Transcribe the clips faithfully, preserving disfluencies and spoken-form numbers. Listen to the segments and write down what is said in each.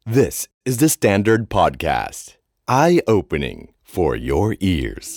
This is the Standard Podcast. Eye-opening for your ears.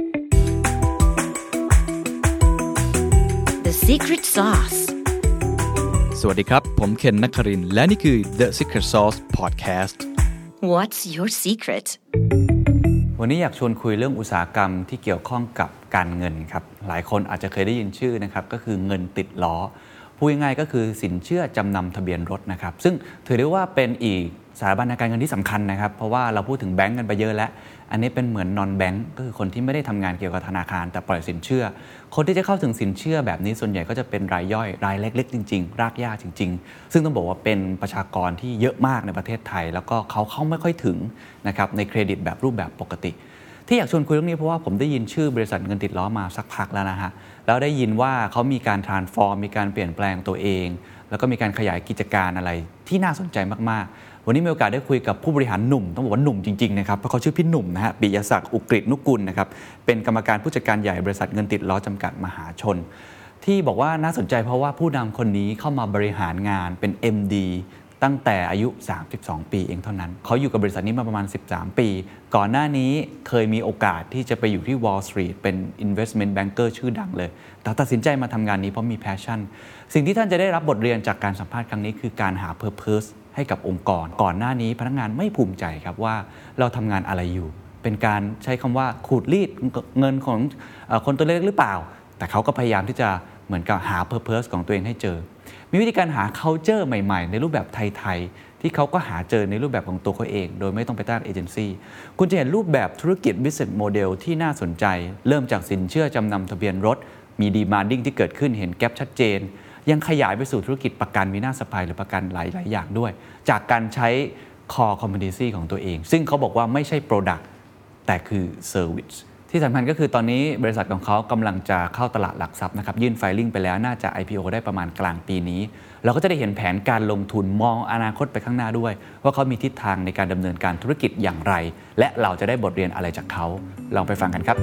The Secret Sauce. สวัสดีครับผมเคนนครินทร์และนี่คือ The Secret Sauce Podcast. What's your secret? วันนี้อยากชวนคุยเรื่องอุตสาหกรรมที่เกี่ยวข้องกับการเงินครับหลายคนอาจจะเคยได้ยินชื่อนะครับก็คือเงินติดล้อพูดง่ายๆก็คือสินเชื่อจำนำทะเบียนรถนะครับซึ่งถือได้ว่าเป็นอีกสถาบันทางการเงินที่สำคัญนะครับเพราะว่าเราพูดถึงแบงก์กันไปเยอะแล้วอันนี้เป็นเหมือนนอนแบงก์ก็คือคนที่ไม่ได้ทำงานเกี่ยวกับธนาคารแต่ปล่อยสินเชื่อคนที่จะเข้าถึงสินเชื่อแบบนี้ส่วนใหญ่ก็จะเป็นรายย่อยรายเล็กๆจริงๆรากหญ้าจริงๆซึ่งต้องบอกว่าเป็นประชากรที่เยอะมากในประเทศไทยแล้วก็เขาเข้าไม่ค่อยถึงนะครับในเครดิตแบบรูปแบบปกติที่อยากชวนคุยเรื่องนี้เพราะว่าผมได้ยินชื่อบริษัทเงินติดล้อมาสักพักแล้วนะฮะแล้วได้ยินว่าเขามีการ transform มีการเปลี่ยนแปลงตัวเองแล้วก็มีการขยายกิจการอะไรที่น่าสนใจมากๆวันนี้มีโอกาสได้คุยกับผู้บริหารหนุ่มต้องบอกว่าหนุ่มจริงๆนะครับเพราะเขาชื่อพี่หนุ่มนะฮะปิยศักดิ์อุกฤษนุกุลนะครับเป็นกรรมการผู้จัดการใหญ่บริษัทเงินติดล้อจำกัดมหาชนที่บอกว่าน่าสนใจเพราะว่าผู้นำคนนี้เข้ามาบริหารงานเป็น เอ็ม ดี ตั้งแต่อายุสามสิบสองปีเองเท่านั้นเขาอยู่กับบริษัทนี้มาประมาณสิบสามปีก่อนหน้านี้เคยมีโอกาสที่จะไปอยู่ที่ Wall Street เป็น investment banker ชื่อดังเลยแต่ตัดสินใจมาทำงานนี้เพราะมี passion สิ่งที่ท่านจะได้รับบทเรียนจากการสัมภาษณ์ครั้งนี้คือการหา purpose ให้กับองค์กรก่อนหน้านี้พนักงานไม่ภูมิใจครับว่าเราทำงานอะไรอยู่เป็นการใช้คำว่าขูดรีดเงินของคนตัวเล็กหรือเปล่าแต่เขาก็พยายามที่จะเหมือนกับหา purpose ของตัวเองให้เจอมีวิธีการหา culture ใหม่ๆในรูปแบบไทยๆที่เขาก็หาเจอในรูปแบบของตัวเขาเองโดยไม่ต้องไปตั้งเอเจนซี่คุณจะเห็นรูปแบบธุรกิจ business model ที่น่าสนใจเริ่มจากสินเชื่อจำนำทะเบียนรถมี demanding ที่เกิดขึ้นเห็นแกปชัดเจนยังขยายไปสู่ธุรกิจประกันวินาศภัยหรือประกันหลายๆอย่างด้วยจากการใช้ core competency ของตัวเองซึ่งเขาบอกว่าไม่ใช่ product แต่คือ serviceที่สำคัญก็คือตอนนี้บริษัทของเขากำลังจะเข้าตลาดหลักทรัพย์นะครับยื่นไฟลิ่งไปแล้วน่าจะ ไอ พี โอ ได้ประมาณกลางปีนี้เราก็จะได้เห็นแผนการลงทุนมองอนาคตไปข้างหน้าด้วยว่าเขามีทิศทางในการดำเนินการธุรกิจอย่างไรและเราจะได้บทเรียนอะไรจากเขาลองไปฟังกันครับ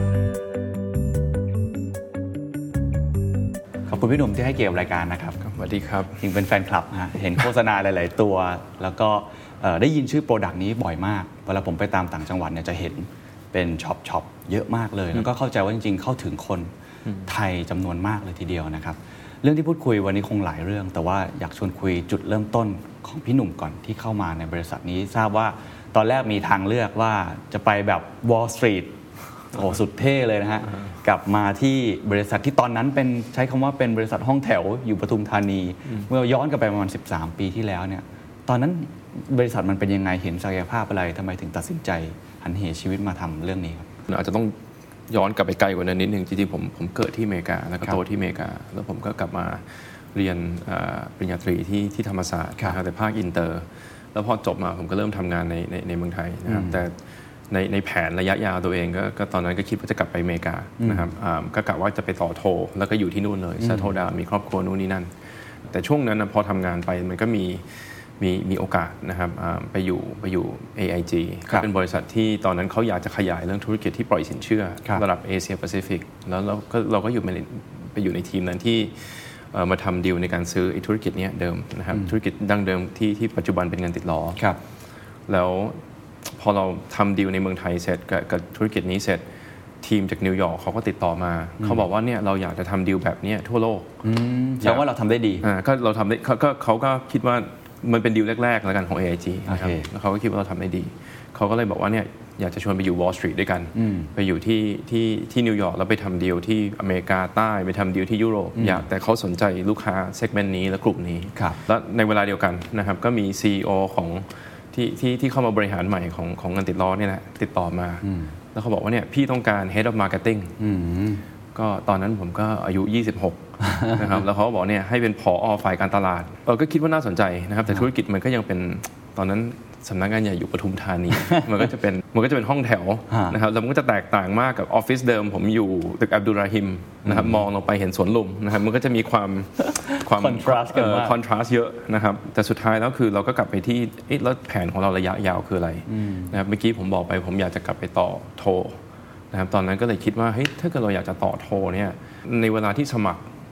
ขอบคุณพี่หนุ่มที่ให้เกียรติรายการนะครับสวัสดีครับจริงเป็นแฟนคลับฮะเห็นโฆษณาหลายๆตัวแล้วก็ได้ยินชื่อโปรดักต์นี้บ่อยมากเวลาผมไปตามต่างจังหวัดเนี่ยจะเห็นเป็นช็อปช็อปเยอะมากเลยแล้วก็เข้าใจว่าจริงๆเข้าถึงคนไทยจำนวนมากเลยทีเดียวนะครับเรื่องที่พูดคุยวันนี้คงหลายเรื่องแต่ว่าอยากชวนคุยจุดเริ่มต้นของพี่หนุ่มก่อนที่เข้ามาในบริษัทนี้ทราบว่าตอนแรกมีทางเลือกว่าจะไปแบบ Wall Street โอ้สุดเท่เลยนะฮะกลับมาที่บริษัทที่ตอนนั้นเป็นใช้คำว่าเป็นบริษัทห้องแถวอยู่ปทุมธานีเมื่อย้อนกลับไปประมาณสิบสามปีที่แล้วเนี่ยตอนนั้นบริษัทมันเป็นยังไงเห็นศักยภาพอะไรทำไมถึงตัดสินใจหันเหชีวิตมาทำเรื่องนี้ครับอาจจะต้องย้อนกลับไปไกลกว่านั้นนิดนึงจริงๆผมผมเกิดที่อเมริกาแล้วก็โตที่อเมริกาแล้วผมก็กลับมาเรียนปริญญาตรีที่ที่ธรรมศาสตร์แต่ภาคอินเตอร์แล้วพอจบมาผมก็เริ่มทำงานในในในเมืองไทยนะครับแต่ในในแผนระยะยาวตัวเองก็ก็ตอนนั้นก็คิดว่าจะกลับไปอเมริกานะครับก็กะว่าจะไปต่อโทแล้วก็อยู่ที่นู่นเลยซาโทดามีครอบครัวนู่นนี่นั่นแต่ช่วงนั้นพอทำงานไปมันก็มีมีมีโอกาสนะครับไปอยู่ไปอยู่ เอ ไอ จี ก็เป็นบริษัทที่ตอนนั้นเขาอยากจะขยายเรื่องธุรกิจที่ปล่อยสินเชื่อระดับเอเชียแปซิฟิกแล้วเราก็เราก็อยู่ไปอยู่ในทีมนั้นที่มาทำดีลในการซื้อธุรกิจนี้เดิมนะครับธุรกิจดั้งเดิมที่ที่ปัจจุบันเป็นเงินติดล้อแล้วพอเราทำดีลในเมืองไทยเสร็จกับกับธุรกิจนี้เสร็จทีมจากนิวยอร์กเขาก็ติดต่อมาเขาบอกว่าเนี่ยเราอยากจะทำดีลแบบนี้ทั่วโลกแสดงว่าเราทำได้ดีอ่าก็เราทำได้เขาก็เขาก็คิดว่ามันเป็นดีลแรกๆแล้วกันของ เอ ไอ จี นะครับแล้วเขาก็คิดว่าเราทำได้ดีเขาก็เลยบอกว่าเนี่ยอยากจะชวนไปอยู่ Wall Street ด้วยกันไปอยู่ที่ที่ที่นิวยอร์กแล้วไปทำดีลที่อเมริกาใต้ไปทำดีลที่ยุโรปอยากแต่เขาสนใจลูกค้าเซกเมนต์นี้และกลุ่มนี้แล้วในเวลาเดียวกันนะครับก็มี ซี อี โอ ของที่ที่ที่เข้ามาบริหารใหม่ของของเงินติดล้อเนี่ยแหละติดต่อมาแล้วเขาบอกว่าเนี่ยพี่ต้องการ Head of Marketing ก็ตอนนั้นผมก็อายุยี่สิบหกนะครับแล้วเขาบอกเนี่ยให้เป็นผอ.ฝ่ายการตลาดเออก็คิดว่าน่าสนใจนะครับแต่ธุรกิจมันก็ยังเป็นตอนนั้นสำนักงานใหญ่อยู่ปทุมธานีมันก็จะเป็นมันก็จะเป็นห้องแถวนะครับแล้วมันก็จะแตกต่างมากกับออฟฟิศเดิมผมอยู่ตึกอับดุลราฮิมนะครับมองลงไปเห็นสวนลุมนะครับมันก็จะมีความความคอนทราสต์กันมากคอนทราสต์เยอะนะครับแต่สุดท้ายแล้วคือเราก็กลับไปที่เอ๊ะแล้วแผนของเราระยะยาวคืออะไรนะครับเมื่อกี้ผมบอกไปผมอยากจะกลับไปต่อโทนะครับตอนนั้นก็เลยคิดว่าเฮ้ยถ้าเกิดเราอยากจะต่อโทเนี่ยในเวลาที่สมัคร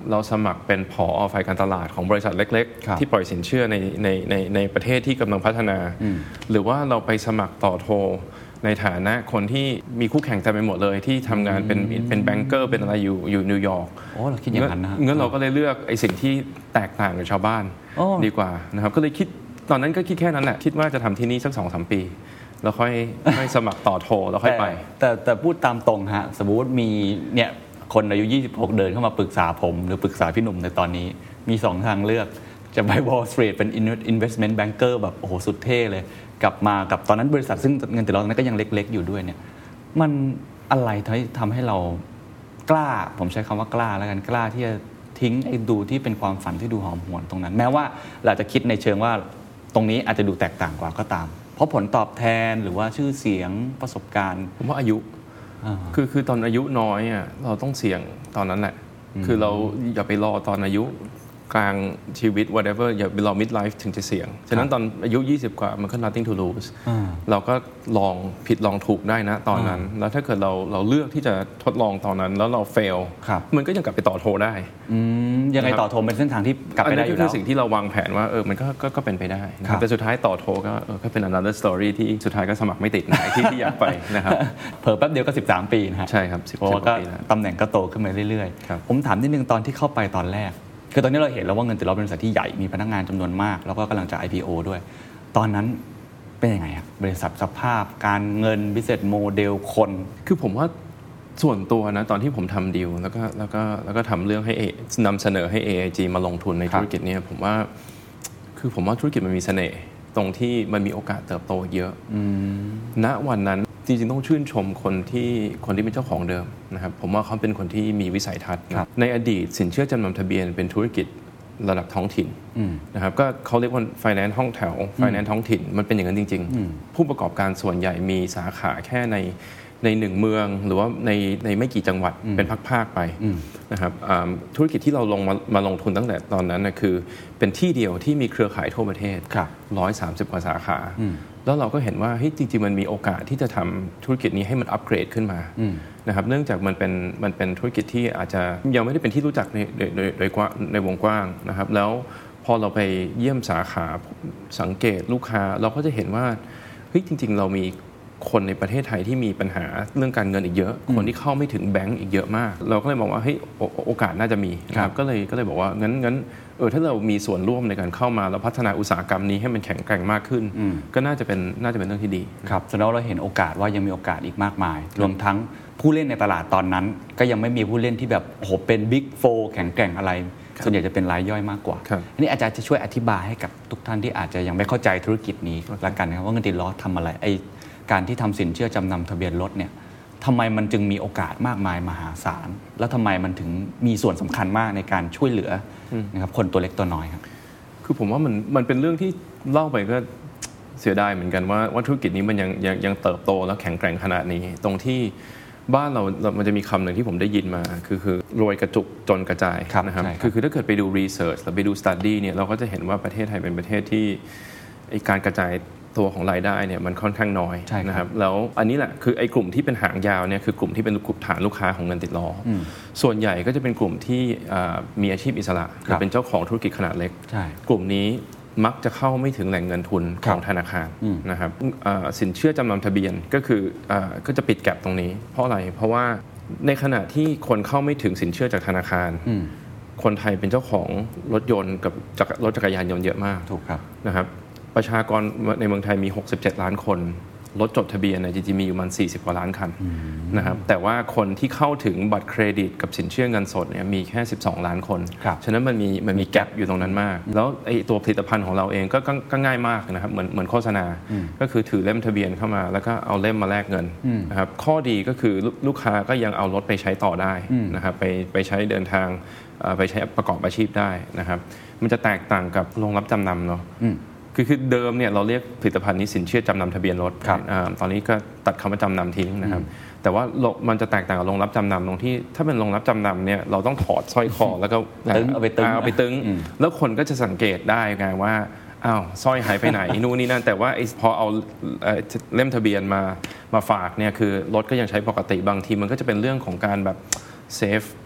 เราสมัครเป็นผอ.ฝ่ายการตลาดของบริษัทเล็กๆที่ปล่อยสินเชื่อในในในในประเทศที่กำลังพัฒนาหรือว่าเราไปสมัครต่อโทในฐานะคนที่มีคู่แข่งเต็มไปหมดเลยที่ทำงานเป็นเป็นแบงเกอร์เป็นอะไรอยู่อยู่นิวยอร์กโอ้เราคิดอย่างนั้นนะงั้นเราก็เลยเลือกไอ้สิ่งที่แตกต่างกับชาวบ้านดีกว่านะครับก็เลยคิดตอนนั้นก็คิดแค่นั้นแหละคิดว่าจะทำที่นี่สัก สองถึงสาม ปีแล้วค่อยค่อยสมัครต่อโทแล้วค่อยไปแต่แต่พูดตามตรงฮะสมมุติมีเนี่ยคนอายุยี่สิบหกเดินเข้ามาปรึกษาผมหรือปรึกษาพี่หนุ่มในตอนนี้มีสองทางเลือกจะไป Wall Street เป็น investment banker แบบโอ้โหสุดเท่เลยกลับมากับตอนนั้นบริษัทซึ่งเงินติดล้อนั้นก็ยังเล็กๆอยู่ด้วยเนี่ยมันอะไรทำให้ทำให้เรากล้าผมใช้คำว่ากล้าแล้วกันกล้าที่จะทิ้งไอ้ดูที่เป็นความฝันที่ดูหอมหวนตรงนั้นแม้ว่าเราจะคิดในเชิงว่าตรงนี้อาจจะดูแตกต่างกว่าก็ตามเพราะผลตอบแทนหรือว่าชื่อเสียงประสบการณ์ผมว่าอายุคือคือตอนอายุน้อยอ่ะเราต้องเสี่ยงตอนนั้นแหละคือเราอย่าไปรอตอนอายุกลางชีวิต whatever อย่าไปรอ mid life ถึงจะเสี่ยงฉะนั้นตอนอายุยี่สิบกว่ามันก็ nothing to lose เราก็ลองผิดลองถูกได้นะตอนนั้นแล้วถ้าเกิดเราเราเลือกที่จะทดลองตอนนั้นแล้วเรา fail มันก็ยังกลับไปต่อโทได้ยังไงต่อโทเป็นเส้นทางที่กลับไปได้อยู่แล้วอันนี้คือสิ่งที่เราวางแผนว่าเออมันก็ก็ก็เป็นไปได้แต่สุดท้ายต่อโทก็เออก็เป็น another story ที่สุดท้ายก็สมัครไม่ติดนะที่ที่อยากไปนะครับเผลอแป๊บเดียวก็สิบสามปีนะฮะใช่ครับสิบกว่าปีแล้วตำแหน่งก็โตขึ้นมาเรื่อยๆผมถามนิดนึงตอนที่เข้าไปตอนแรกคือตอนนี้เราเห็นแล้วว่าเงินติดล้อเป็นบริษัทที่ใหญ่มีพนักงานจำนวนมากแล้วก็กำลังจะ ไอ พี โอ ด้วยตอนนั้นเป็นยังไงครับบริษัทสภาพการเงิน business model คนคือผมว่าส่วนตัวนะตอนที่ผมทำดีลแล้วก็แล้วก็แล้วก็ทำเรื่องให้นำเสนอให้ เอ ไอ จี มาลงทุนในธุรกิจนี้ผมว่าคือผมว่าธุรกิจมันมีเสน่ห์ตรงที่มันมีโอกาสเติบโตเยอะณวันนั้นจริงๆต้องชื่นชมคนที่คนที่เป็นเจ้าของเดิมนะครับผมว่าเขาเป็นคนที่มีวิสัยทัศน์ในอดีตสินเชื่อจำนำทะเบียนเป็นธุรกิจระดับท้องถิ่นนะครับก็เขาเรียกว่า finance ห้องแถว finance ท้องถิ่นมันเป็นอย่างนั้นจริงๆผู้ประกอบการส่วนใหญ่มีสาขาแค่ในในหนึ่งเมืองหรือว่าในในไม่กี่จังหวัดเป็นภาคๆไปนะครับธุรกิจที่เราลงมามาลงทุนตั้งแต่ตอนนั้นนะคือเป็นที่เดียวที่มีเครือข่ายทั่วประเทศหนึ่งร้อยสามสิบกว่าสาขาแล้วเราก็เห็นว่าเฮ้ยจริงๆมันมีโอกาสที่จะทำธุรกิจนี้ให้มันอัปเกรดขึ้นมานะครับเนื่องจากมันเป็นมันเป็นธุรกิจที่อาจจะยังไม่ได้เป็นที่รู้จักในโดยโดยโดยในวงกว้างนะครับแล้วพอเราไปเยี่ยมสาขาสังเกตลูกค้าเราก็จะเห็นว่าเฮ้ยจริงๆเรามีคนในประเทศไทยที่มีปัญหาเรื่องการเงินอีกเยอะคนที่เข้าไม่ถึงแบงก์อีกเยอะมากเราก็เลยบอกว่าเฮ้ยโอกาสน่าจะมีนะครับก็เลยก็เลยบอกว่างั้นงั้นเออถ้าเรามีส่วนร่วมในการเข้ามาแล้วพัฒนาอุตสาหกรรมนี้ให้มันแข็งแกร่งมากขึ้นก็น่าจะเป็นน่าจะเป็นเรื่องที่ดีครับแสดงว่าเราเห็นโอกาสว่ายังมีโอกาสอีกมากมายรวมทั้งผู้เล่นในตลาดตอนนั้นก็ยังไม่มีผู้เล่นที่แบบโอ้โหเป็นบิ๊กโฟร์แข็งแกร่งอะไรส่วนใหญ่จะเป็นรายย่อยมากกว่าอันนี้อาจารย์จะช่วยอธิบายให้กับทุกท่านที่อาจจะยังไม่เข้าใจธุรกิจนี้ละกันนะครับว่าเงินติดล้อทำอะไรไอการที่ทำสินเชื่อจำนำทะเบียนรถเนี่ยทำไมมันจึงมีโอกาสมากมายมหาศาลแล้วทำไมมันถึงมีส่วนสำคัญมากในการช่วยเหลือนะครับคนตัวเล็กตัวน้อยครับคือผมว่ามันมันเป็นเรื่องที่เล่าไปก็เสียดายเหมือนกันว่าว่าธุรกิจนี้มันยังยังยังเติบโตและแข็งแกร่งขนาดนี้ตรงที่บ้านเรามันจะมีคำหนึ่งที่ผมได้ยินมาคือคือรวยกระจุกจนกระจายนะครับคือคือถ้าเกิดไปดูรีเสิร์ชหรือไปดูสตั๊ดดี้เนี่ยเราก็จะเห็นว่าประเทศไทยเป็นประเทศที่การกระจายตัวของรายได้เนี่ยมันค่อนข้างน้อยนะครับแล้วอันนี้แหละคือไอ้กลุ่มที่เป็นหางยาวเนี่ยคือกลุ่มที่เป็นฐานลูกค้าของเงินติดล้อส่วนใหญ่ก็จะเป็นกลุ่มที่มีอาชีพอิสระหรือเป็นเจ้าของธุรกิจขนาดเล็กกลุ่มนี้มักจะเข้าไม่ถึงแหล่งเงินทุนของธนาคารนะครับสินเชื่อจำนำทะเบียนก็คือก็จะปิดแก็ปตรงนี้เพราะอะไรเพราะว่าในขณะที่คนเข้าไม่ถึงสินเชื่อจากธนาคารคนไทยเป็นเจ้าของรถยนต์กับรถจักรยานยนต์เยอะมากถูกครับนะครับประชากรในเมืองไทยมีหกสิบเจ็ดล้านคนรถจดทะเบียนในจริงๆมีอยู่ประมาณสี่สิบกว่าล้านคันนะครับแต่ว่าคนที่เข้าถึงบัตรเครดิตกับสินเชื่อเงินสดเนี่ยมีแค่สิบสองล้านคนฉะนั้นมันมีมันมีแกปอยู่ตรงนั้นมากแล้วไอ้ตัวผลิตภัณฑ์ของเราเองก็ก็ง่ายมากนะครับเหมือนเหมือนโฆษณาก็คือถือเล่มทะเบียนเข้ามาแล้วก็เอาเล่มมาแลกเงินนะครับข้อดีก็คือลูกค้าก็ยังเอารถไปใช้ต่อได้นะครับไปไปใช้เดินทางไปใช้ประกอบอาชีพได้นะครับมันจะแตกต่างกับโรงรับจำนำเนาะคือคือเดิมเนี่ยเราเรียกผลิตภัณฑ์นี้สินเชื่อจำนำทะเบียนรถตอนนี้ก็ตัดคำว่าจำนำทิ้งนะครับแต่ว่ามันจะแตกต่างกับโรงรับจำนำตรงที่ถ้าเป็นโรงรับจำนำเนี่ยเราต้องถอดสร้อยคอแล้วก็เอาไปตึงเอาไปตึงแล้วคนก็จะสังเกตได้ไงว่าอ้าวสร้อยหายไปไหน นู่นนี่นั่นแต่ว่าพอเอาเล่มทะเบียนมามาฝากเนี่ยคือรถก็ยังใช้ปกติบางทีมันก็จะเป็นเรื่องของการแบบเซฟ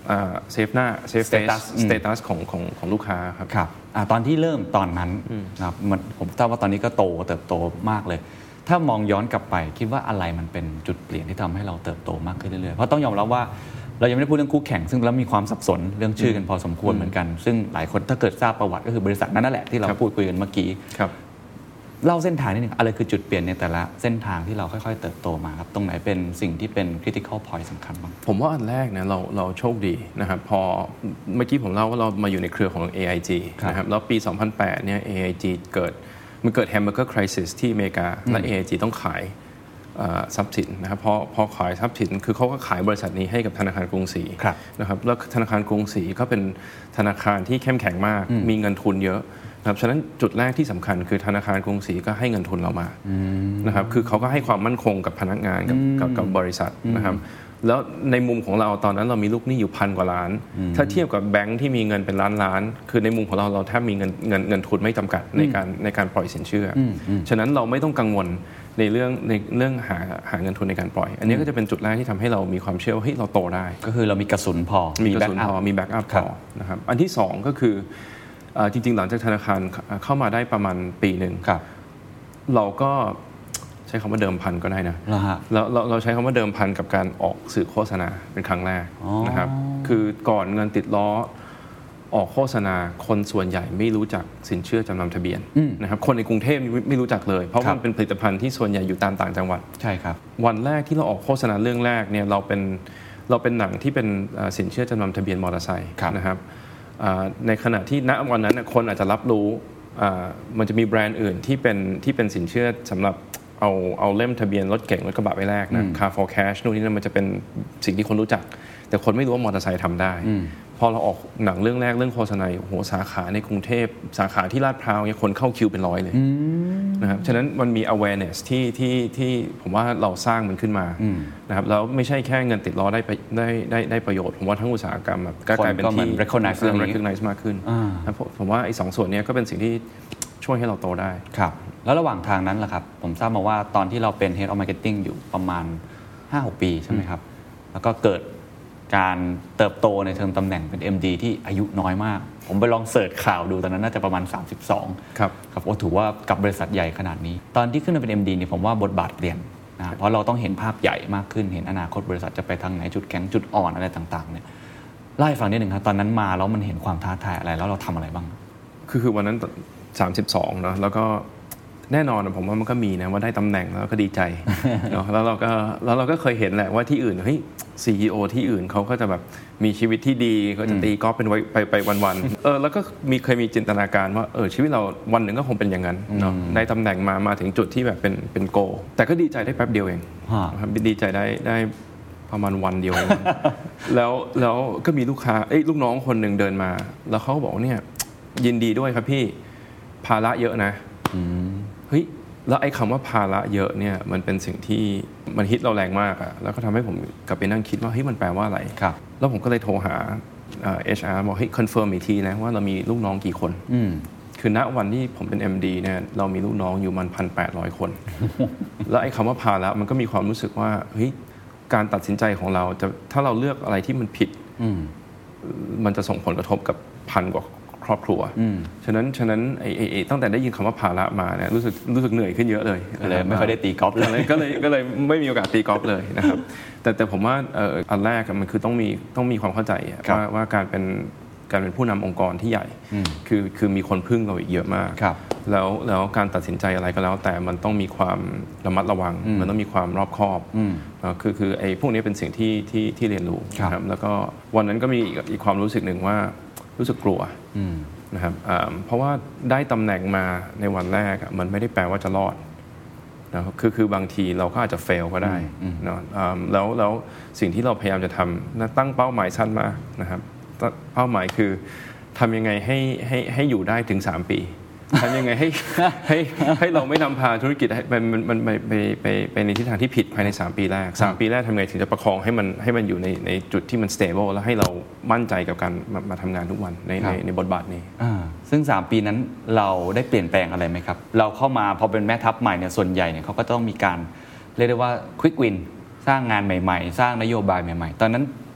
เซฟหน้าเซฟสเตตัสของของของลูกค้าครับครับตอนที่เริ่มตอนนั้นนะครับมันผมทราบว่าตอนนี้ก็โตเติบโตมากเลยถ้ามองย้อนกลับไปคิดว่าอะไรมันเป็นจุดเปลี่ยนที่ทำให้เราเติบโตมากขึ้นเรื่อยๆเพราะต้องยอมรับว่าเรายังไม่ได้พูดเรื่องคู่แข่งซึ่งแล้วมีความสับสนเรื่องชื่อกันพอสมควรเหมือนกันซึ่งหลายคนถ้าเกิดทราบประวัติก็คือบริษัทนั้นนั่นแหละที่เราพูดคุยกันเมื่อกี้เล่าเส้นทางนิดนึงอะไรคือจุดเปลี่ยนในแต่ละเส้นทางที่เราค่อยๆเติบโตมาครับตรงไหนเป็นสิ่งที่เป็น critical point สำคัญบ้างผมว่าอันแรกนะเราเราโชคดีนะครับพอเมื่อกี้ผมเล่าว่าเรามาอยู่ในเครือของ เอ ไอ จี นะครับแล้วปีสองพันแปดเนี่ย เอ ไอ จี เกิดมันเกิด hamburger crisis ที่อเมริกาและ เอ ไอ จี ต้องขายทรัพย์สินนะครับพอพอขายทรัพย์สินคือเขาก็ขายบริษัทนี้ให้กับธนาคารกรุงศรีนะครับแล้วธนาคารกรุงศรีก็เป็นธนาคารที่เข้มแข็งมากมีเงินทุนเยอะนะครับฉะนั้นจุดแรกที่สำคัญคือธนาคารกรุงศรีก็ให้เงินทุนเรามานะครับคือเขาก็ให้ความมั่นคงกับพนักงานกับกับกับบริษัทนะครับแล้วในมุมของเราตอนนั้นเรามีลูกหนี้อยู่พันกว่าล้านถ้าเทียบกับแบงค์ที่มีเงินเป็นล้านล้านคือในมุมของเราเราแทบมีเงินเงินเงินทุนไม่จำกัดในการในการปล่อยสินเชื่อฉะนั้นเราไม่ต้องกังวลในเรื่องในเรื่องหาหาเงินทุนในการปล่อยอันนี้ก็จะเป็นจุดแรกที่ทำให้เรามีความเชื่อว่าเฮ้ยเราโตได้ก็คือเรามีกระสุนพอมีกระสุนพอมีแบ็กอัพพอนะครับอันที่สองก็คือจริงๆหลังจากธนาคารเข้ามาได้ประมาณปีหนึ่งเราก็ใช้คำว่าเดิมพันก็ได้นะแล้วเราเราใช้คำว่าเดิมพันกับการออกสื่อโฆษณาเป็นครั้งแรกนะครับคือก่อนเงินติดล้อออกโฆษณาคนส่วนใหญ่ไม่รู้จักสินเชื่อจำนำทะเบียนนะครับคนในกรุงเทพไม่รู้จักเลยเพราะว่ามันเป็นผลิตภัณฑ์ที่ส่วนใหญ่อยู่ตามต่างจังหวัดใช่ครับวันแรกที่เราออกโฆษณาเรื่องแรกเนี่ยเราเป็นเราเป็นหนังที่เป็นสินเชื่อจำนำทะเบียนมอเตอร์ไซค์นะครับในขณะที่ณวันนั้นคนอาจจะรับรู้มันจะมีแบรนด์อื่นที่เป็นที่เป็นสินเชื่อสำหรับเอาเอาเล่มทะเบียนรถเก๋งรถกระบะไว้แรกนะ Car for Cash นู่นนี่นั่นมันจะเป็นสิ่งที่คนรู้จักแต่คนไม่รู้ว่ามอเตอร์ไซค์ทำได้พอเราออกหนังเรื่องแรกเรื่องโฆษณาโอ้โหสาขาในกรุงเทพสาขาที่ลาดพร้าวเนี่ยคนเข้าคิวเป็นร้อยเลยนะครับฉะนั้นมันมี awareness ที่ที่ที่ผมว่าเราสร้างมันขึ้นมานะครับแล้วไม่ใช่แค่เงินติดล้อได้ได้ได้ได้ประโยชน์ผมว่าทั้งอุตสาหกรรมแบบก็กลายเป็นที่ recognize recognize มากขึ้นผมว่าไอ้สองส่วนนี้ก็เป็นสิ่งที่ช่วยให้เราโตได้ครับแล้วระหว่างทางนั้นล่ะครับผมทราบมาว่าตอนที่เราเป็น Head of Marketing อยู่ประมาณ ห้าหก ปีใช่ไหมครับแล้วก็เกิดการเติบโตในเชิงตำแหน่งเป็น เอ็ม ดี ที่อายุน้อยมากผมไปลองเสิร์ชข่าวดูตอนนั้นน่าจะประมาณสามสิบสองครับครับโอ้ถือว่ากับบริษัทใหญ่ขนาดนี้ตอนที่ขึ้นมาเป็น เอ็ม ดี เนี่ยผมว่าบทบาทเปลี่ยนนะเพราะเราต้องเห็นภาพใหญ่มากขึ้นเห็นอนาคตบริษัทจะไปทางไหนจุดแข็งจุดอ่อนอะไรต่างๆเนี่ยเล่าให้ฟังนิดนึงครับตอนนั้นมาแล้วมันเห็นความท้าทายอะไรแล้วเราทำอะไรบ้างคือคือวันนั้นสามสิบสองเนาะแล้วก็แน่นอนผมว่ามันก็มีนะว่าได้ตำแหน่งแล้วก็ดีใจเนาะแล้วเราก็แล้วเราก็เคยเห็นแหละว่าที่อื่นเฮ้ย ซี อี โอ ที่อื่นเขาก็จะแบบมีชีวิตที่ดีก็จะตีกอล์ฟเป็นไปไปวันๆเออแล้วก็มีเคยมีจินตนาการว่าเออชีวิตเราวันหนึ่งก็คงเป็นอย่างนั้นเนาะได้ตำแหน่งมามาถึงจุดที่แบบเป็นเป็นโกแต่ก็ดีใจได้แป๊บเดียวเองครับดีใจได้ได้ประมาณวันเดียวแล้วแล้วก็มีลูกค้าเอ้ยลูกน้องคนหนึ่งเดินมาแล้วเขาบอกเนี่ยยินดีด้วยครับพี่ภาระเยอะนะเฮ้ยแล้วไอ้คำว่าภาระเยอะเนี่ยมันเป็นสิ่งที่มันฮิตเราแรงมากอะแล้วก็ทำให้ผมกลับไปนั่งคิดว่าเฮ้ยมันแปลว่าอะไรแล้วผมก็เลยโทรหา เอช อาร์ บอกเฮ้ยคอนเฟิร์มอีกทีนะว่าเรามีลูกน้องกี่คนคือณวันที่ผมเป็น เอ็ม ดี เนี่ยเรามีลูกน้องอยู่มัน หนึ่งพันแปดร้อย คน แล้วไอ้คำว่าภาระมันก็มีความรู้สึกว่าเฮ้ยการตัดสินใจของเราจะถ้าเราเลือกอะไรที่มันผิดมันจะส่งผลกระทบกับพันกว่าครอบครัวฉะนั้นฉะนั้นไอ้ไอ้ตั้งแต่ได้ยินคำว่าภาระมาเนี่ยรู้สึกรู้สึกเหนื่อยขึ้นเยอะเลยเลยไม่ค่อยได้ตีกอล์ฟเลยก็เลยก็เลยไม่มีโอกาสตีกอล์ฟเลยนะครับแต่แต่ผมว่าอันแรกมันคือต้องมีต้องมีความเข้าใจว่าว่าการเป็นการเป็นผู้นำองค์กรที่ใหญ่คือคือมีคนพึ่งเราอีกเยอะมากแล้วแล้วการตัดสินใจอะไรก็แล้วแต่มันต้องมีความระมัดระวังมันต้องมีความรอบคอบคือคือไอ้พวกนี้เป็นสิ่งที่ที่ที่เรียนรู้ครับแล้วก็วันนั้นก็มีอีกความรู้สึกหนึ่งว่ารู้สึกกลัวนะครับเพราะว่าได้ตำแหน่งมาในวันแรกมันไม่ได้แปลว่าจะรอดนะคือคือบางทีเราก็อาจจะเฟลก็ได้เนาะแล้วแล้วสิ่งที่เราพยายามจะทำนะตั้งเป้าหมายสั้นมากนะครับเป้าหมายคือทำยังไงให้ให้ให้อยู่ได้ถึงสามปีทำยังไงให้ให้ให้เราไม่นำพาธุรกิจมันมันมันไปไปไปไปในทิศทางที่ผิดภายในสามปีแรกสามปีแรกทำไงถึงจะประคองให้มันให้มันอยู่ในในจุดที่มัน stable แล้วให้เรามั่นใจกับการมามาทำงานทุกวันในในในบทบาทนี้ซึ่งสามปีนั้นเราได้เปลี่ยนแปลงอะไรไหมครับเราเข้ามาพอเป็นแม่ทัพใหม่เนี่ยส่วนใหญ่เนี่ยเขาก็ต้องมีการเรียกได้ว่า quick win สร้างงานใหม่ๆสร้างนโยบายใหม่ๆตอนนั้น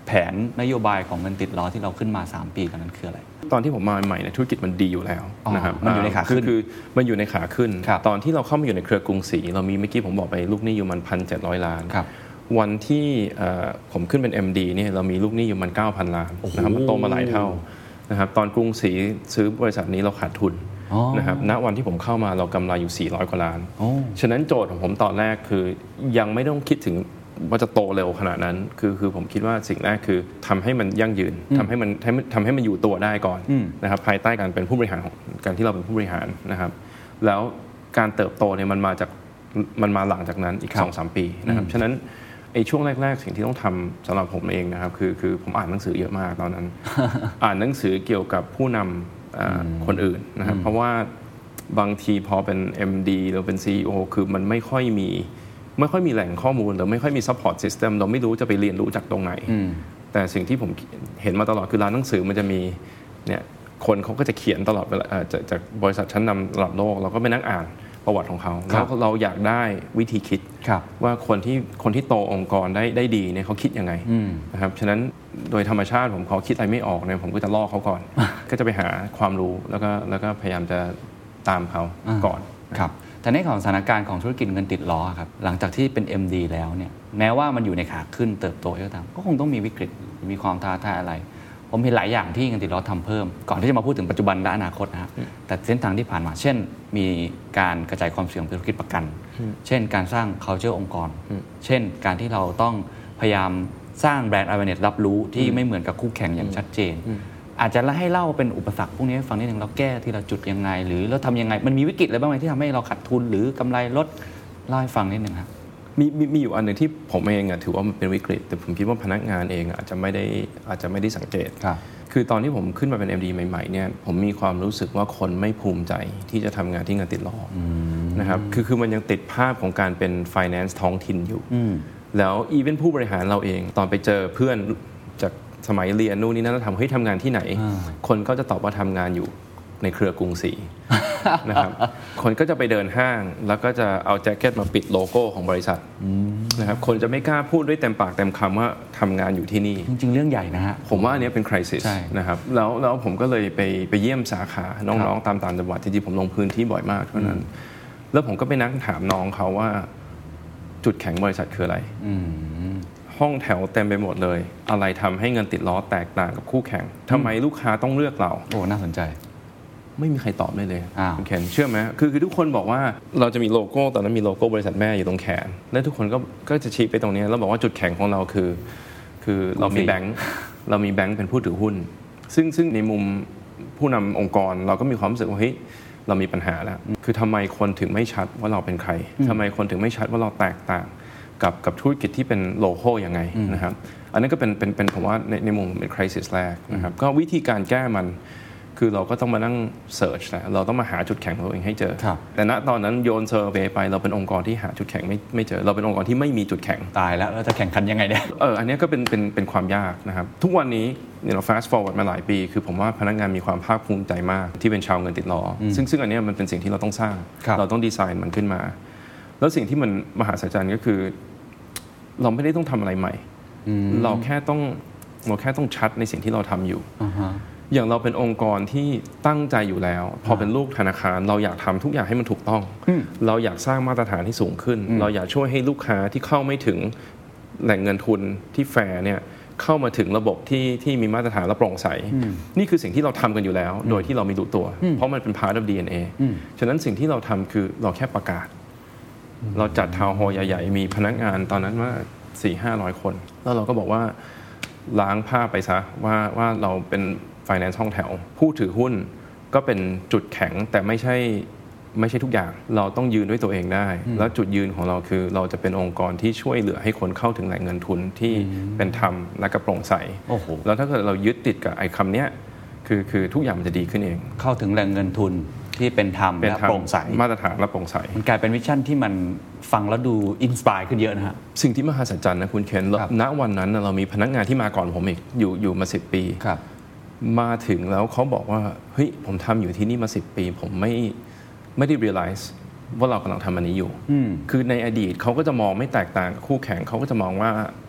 แผนนโยบายของเงินติดล้อที่เราขึ้นมาสามปีกันนั้นคืออะไรตอนที่ผมมาใหม่เนี่ยธุรกิจมันดีอยู่แล้วนะครับมันอยู่ในขาขึ้นคือมันอยู่ในขาขึ้นตอนที่เราเข้ามาอยู่ในเครือกรุงศรีเรามีเมื่อกี้ผมบอกไปลูกหนี้อยู่มัน หนึ่งพันเจ็ดร้อย ล้านวันที่ผมขึ้นเป็น เอ็ม ดี เนี่ยเรามีลูกหนี้อยู่มัน เก้าพัน ล้านนะครับมันโตมาหลายเท่านะครับตอนกรุงศรีซื้อบริษัทนี้เราขาดทุนนะครับณวันที่ผมเข้ามาเรากำไรอยู่สี่ร้อยกว่าล้านฉะนั้นโจทย์ของผมตอนแรกคือยังไม่ต้องคิดถึงว่าจะโตเร็วขนาดนั้นคือคือผมคิดว่าสิ่งแรกคือทำให้มันยั่งยืนทำให้มันทำให้มันอยู่ตัวได้ก่อนนะครับภายใต้การเป็นผู้บริหารของการที่เราเป็นผู้บริหารนะครับแล้วการเติบโตเนี่ยมันมาจากมันมาหลังจากนั้นอีก สองถึงสาม ปีนะครับฉะนั้นไอ้ช่วงแรกๆสิ่งที่ต้องทำสำหรับผมเองนะครับคือคือผมอ่านหนังสือเยอะมากตอนนั้น อ่านหนังสือเกี่ยวกับผู้นำคนอื่นนะครับเพราะว่าบางทีพอเป็น เอ็ม ดี หรือเป็น ซี อี โอ คือมันไม่ค่อยมีไม่ค่อยมีแหล่งข้อมูลหรือไม่ค่อยมี support system เราไม่รู้จะไปเรียนรู้จากตรงไหนแต่สิ่งที่ผมเห็นมาตลอดคือร้านหนังสือมันจะมีเนี่ยคนเขาก็จะเขียนตลอดเวลาจากบริษัทชั้นนำระดับโลกเราก็ไปนั่งอ่านประวัติของเขาแล้วเราอยากได้วิธีคิดว่าคนที่คนที่โตองค์กรได้ได้ดีเนี่ยเขาคิดยังไงนะครับฉะนั้นโดยธรรมชาติผมเขาคิดอะไรไม่ออกเนี่ยผมก็จะล่อเขาก่อน ก็จะไปหาความรู้แล้วก็แล้วก็พยายามจะตามเขาก่อนครับแต่ในของสถานการณ์ของธุรกิจเงินติดล้อครับหลังจากที่เป็น เอ็ม ดี แล้วเนี่ยแม้ว่ามันอยู่ในขาขึ้นเติบโตก็ตามก็คงต้องมีวิกฤตมีความท้าทายอะไรผมเห็นหลายอย่างที่เงินติดล้อทำเพิ่มก่อนที่จะมาพูดถึงปัจจุบันและอนาคตนะครับแต่เส้นทางที่ผ่านมาเช่นมีการกระจายความเสี่ยงเป็นธุรกิจประกันเช่นการสร้าง culture องค์กรเช่นการที่เราต้องพยายามสร้างแบรนด์ awareness รับรู้ที่ไม่เหมือนกับคู่แข่งอย่างชัดเจนอาจจะให้เล่าเป็นอุปสรรคพวกนี้ให้ฟังนิดนึงเราแก้ทีละจุดยังไงหรือเราทำยังไงมันมีวิกฤตอะไรบ้างไหมที่ทำให้เราขาดทุนหรือกำไรลดเล่าให้ฟังนิดนึงครับมีมีมีอยู่อันหนึ่งที่ผมเองอ่ะถือว่ามันเป็นวิกฤตแต่ผมคิดว่าพนักงานเองอาจจะไม่ได้อาจจะไม่ได้สังเกตคือตอนที่ผมขึ้นมาเป็น เอ็ม ดี ใหม่ๆเนี่ยผมมีความรู้สึกว่าคนไม่ภูมิใจที่จะทำงานที่เงินติดล้อนะครับคือคือมันยังติดภาพของการเป็น finance ท้องถิ่นอยู่แล้วอีเวนผู้บริหารเราเองตอนไปเจอเพื่อนจากสมัยเรียนนู่นนี่นั่นแล้วทำให้ทำงานที่ไหนคนก็จะตอบว่าทำงานอยู่ในเครือกรุงศรีนะครับคนก็จะไปเดินห้างแล้วก็จะเอาแจ็คเก็ตมาปิดโลโก้ของบริษัทนะครับคนจะไม่กล้าพูดด้วยเต็มปากเต็มคำว่าทำงานอยู่ที่นี่จริงๆเรื่องใหญ่นะฮะผมว่าอันนี้เป็น crisis นะครับแล้วแล้วผมก็เลยไปไปเยี่ยมสาขาน้องๆตามต่างจังหวัดจริงๆผมลงพื้นที่บ่อยมากเท่านั้นแล้วผมก็ไปนั่งถามน้องเขาว่าจุดแข็งบริษัทคืออะไรห้องแถวเต็มไปหมดเลยอะไรทำให้เงินติดล้อแตกต่างกับคู่แข่งทำไมลูกค้าต้องเลือกเราโอ้น่าสนใจไม่มีใครตอบได้เลยคุณเคนเชื่อไหมคือคือทุกคนบอกว่าเราจะมีโลโก้ตอนนั้นมีโลโก้บริษัทแม่อยู่ตรงแขนและทุกคนก็ก็จะชี้ไปตรงนี้แล้วบอกว่าจุดแข็งของเราคือคือเรามีแบงค์เรามีแบงค์เป็นผู้ถือหุ้นซึ่งซึ่งในมุมผู้นำองค์กรเราก็มีความรู้สึกว่าเฮ้ยเรามีปัญหาแล้วคือทำไมคนถึงไม่ชัดว่าเราเป็นใครทำไมคนถึงไม่ชัดว่าเราแตกต่างกับกับธุรกิจที่เป็นโลโก้ยังไงนะครับอันนั้นก็เป็นเป็นเป็นผมว่าในในมุมเป็น crisis แรกนะครับก็วิธีการแก้มันคือเราก็ต้องมานั่ง search แหละเราต้องมาหาจุดแข็งของตัวเองให้เจอแต่ณตอนนั้นโยนเซอร์เวย์ไปเราเป็นองค์กรที่หาจุดแข็งไม่ไม่เจอเราเป็นองค์กรที่ไม่มีจุดแข็งตายแล้วเราจะแข่งขันยังไงเนี่ยเอออันนี้ก็เป็นเป็นเป็นความยากนะครับทุกวันนี้เนี่ยเรา fast forward มาหลายปีคือผมว่าพนักงานมีความภาคภูมิใจมากที่เป็นชาวเงินติดล้อซึ่งซึ่งอันนี้มันเป็นสิ่งที่เราต้องสร้างเราต้องดีไซน์มันขึ้นมาแล้วสิ่งที่มันมหัศจรรย์ก็คือเราไม่ได้ต้องทำอะไรใหม่เราแค่ต้องเราแค่ต้องชัดในสิ่งที่เราทำอยู่ uh-huh. อย่างเราเป็นองค์กรที่ตั้งใจอยู่แล้ว uh-huh. พอเป็นลูกธนาคารเราอยากทำทุกอย่างให้มันถูกต้อง uh-huh. เราอยากสร้างมาตรฐานที่สูงขึ้น uh-huh. เราอยากช่วยให้ลูกค้าที่เข้าไม่ถึงแหล่งเงินทุนที่แฟร์เนี่ยเข้ามาถึงระบบที่ที่มีมาตรฐานและโปร่งใส uh-huh. นี่คือสิ่งที่เราทำกันอยู่แล้ว uh-huh. โดยที่เราไม่รู้ตัว uh-huh. เพราะมันเป็น part of ดี เอ็น เอ uh-huh. ฉะนั้นสิ่งที่เราทำคือเราแค่ประกาศ uh-huh. เราจัดทาวน์ฮอลล์ใหญ่ๆมีพนักงานตอนนั้นว่าสี่ห้าร้อยคนแล้วเราก็บอกว่าล้างผ้าไปซะว่าว่าเราเป็น finance ห้องแถวผู้ถือหุ้นก็เป็นจุดแข็งแต่ไม่ใช่ไม่ใช่ทุกอย่างเราต้องยืนด้วยตัวเองได้แล้วจุดยืนของเราคือเราจะเป็นองค์กรที่ช่วยเหลือให้คนเข้าถึงแหล่งเงินทุนที่เป็นธรรมและก็โปร่งใสแล้วถ้าเกิดเรายึดติดกับไอ้คำนี้คือคือทุกอย่างมันจะดีขึ้นเองเข้าถึงแหล่งเงินทุนที่เป็นธรรมและโปร่งใสมาตรฐานและโปร่งใสมันกลายเป็นวิชั่นที่มันฟังแล้วดูอินสไปร์ขึ้นเยอะนะฮะสิ่งที่มหัศจรรย์นะคุณเคนณวันนั้นเรามีพนักงานที่มาก่อนผมอีกอยู่อยู่มาสิบปีมาถึงแล้วเขาบอกว่าเฮ้ยผมทำอยู่ที่นี่มาสิบปีผมไม่ไม่ได้ realize ว่าเรากำลังทำอันนี้อยู่คือในอดีตเขาก็จะมองไม่แตกต่างกับคู่แข่งเขาก็จะมองว่า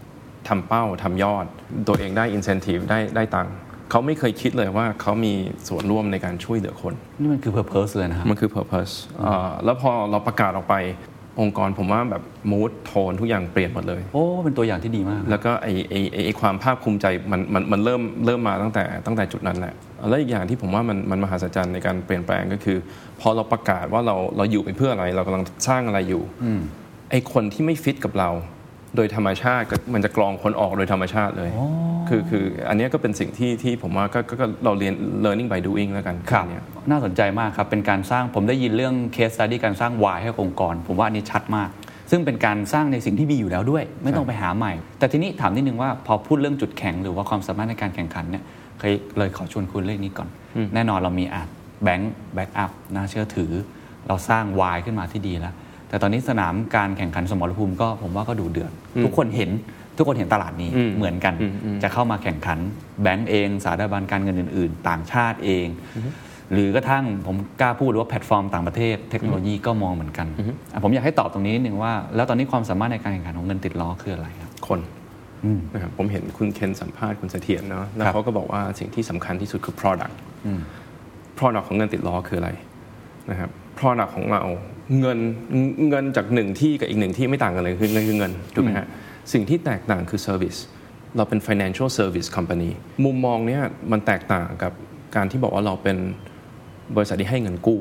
ทำเป้าทำยอดตัวเองได้ incentive ได้ได้ตังค์เขาไม่เคยคิดเลยว่าเขามีส่วนร่วมในการช่วยเหลือคนนี่มันคือ purpose เลยนะครับมันคือ purpose อ่าแล้วพอเราประกาศออกไปองค์กรผมว่าแบบ mood tone ทุกอย่างเปลี่ยนหมดเลยโอ้เป็นตัวอย่างที่ดีมากแล้วก็ไอ้ไอ้ไอ้ความภาคภูมิใจมันมันมันเริ่มเริ่มมาตั้งแต่ตั้งแต่จุดนั้นแหละแล้วอีกอย่างที่ผมว่ามันมันมหัศจรรย์ในการเปลี่ยนแปลงก็คือพอเราประกาศว่าเราเราอยู่ไปเพื่ออะไรเรากำลังสร้างอะไรอยู่ไอ้คนที่ไม่ฟิตกับเราโดยธรรมชาติมันจะกรองคนออกโดยธรรมชาติเลยคือคืออันนี้ก็เป็นสิ่งที่ที่ผมว่าก็ก็เราเรียน learning by doing แล้วกันครับน่าสนใจมากครับเป็นการสร้างผมได้ยินเรื่อง case study การสร้าง why ให้องค์กรผมว่าอันนี้ชัดมากซึ่งเป็นการสร้างในสิ่งที่มีอยู่แล้วด้วยไม่ต้องไปหาใหม่แต่ทีนี้ถามนิดนึงว่าพอพูดเรื่องจุดแข็งหรือว่าความสามารถในการแข่งขันเนี่ยเคยเลยขอชวนคุยเรื่องนี้ก่อนแน่นอนเรามีอาจแบงค์แบ็กอัพน่าเชื่อถือเราสร้าง why ขึ้นมาที่ดีแล้วแต่ตอนนี้สนามการแข่งขันสมรภูมิก็ผมว่าก็ดูเดือดทุกคนเห็นทุกคนเห็นตลาดนี้เหมือนกันจะเข้ามาแข่งขันแบงก์เองสถาบันการเงินอื่นๆต่างชาติเองหรือกระทั่งผมกล้าพูดว่าแพลตฟอร์มต่างประเทศเทคโนโลยีก็มองเหมือนกันผมอยากให้ตอบตรงนี้นิดนึงว่าแล้วตอนนี้ความสามารถในการแข่งขันของเงินติดล้อคืออะไรครับคนนะครับผมเห็นคุณเคนสัมภาษณ์คุณเสถียรเนาะแล้วเขาก็บอกว่าสิ่งที่สำคัญที่สุดคือ product product ของเงินติดล้อคืออะไรนะครับ product ของเราเงินเงินจากหนึ่งที่กับอีกหนึ่งที่ไม่ต่างกันเลยคือเงินคือเงินถูกไหมฮะสิ่งที่แตกต่างคือ service เราเป็น financial service company มุมมองเนี้ยมันแตกต่างกับการที่บอกว่าเราเป็นบริษัทที่ให้เงินกู้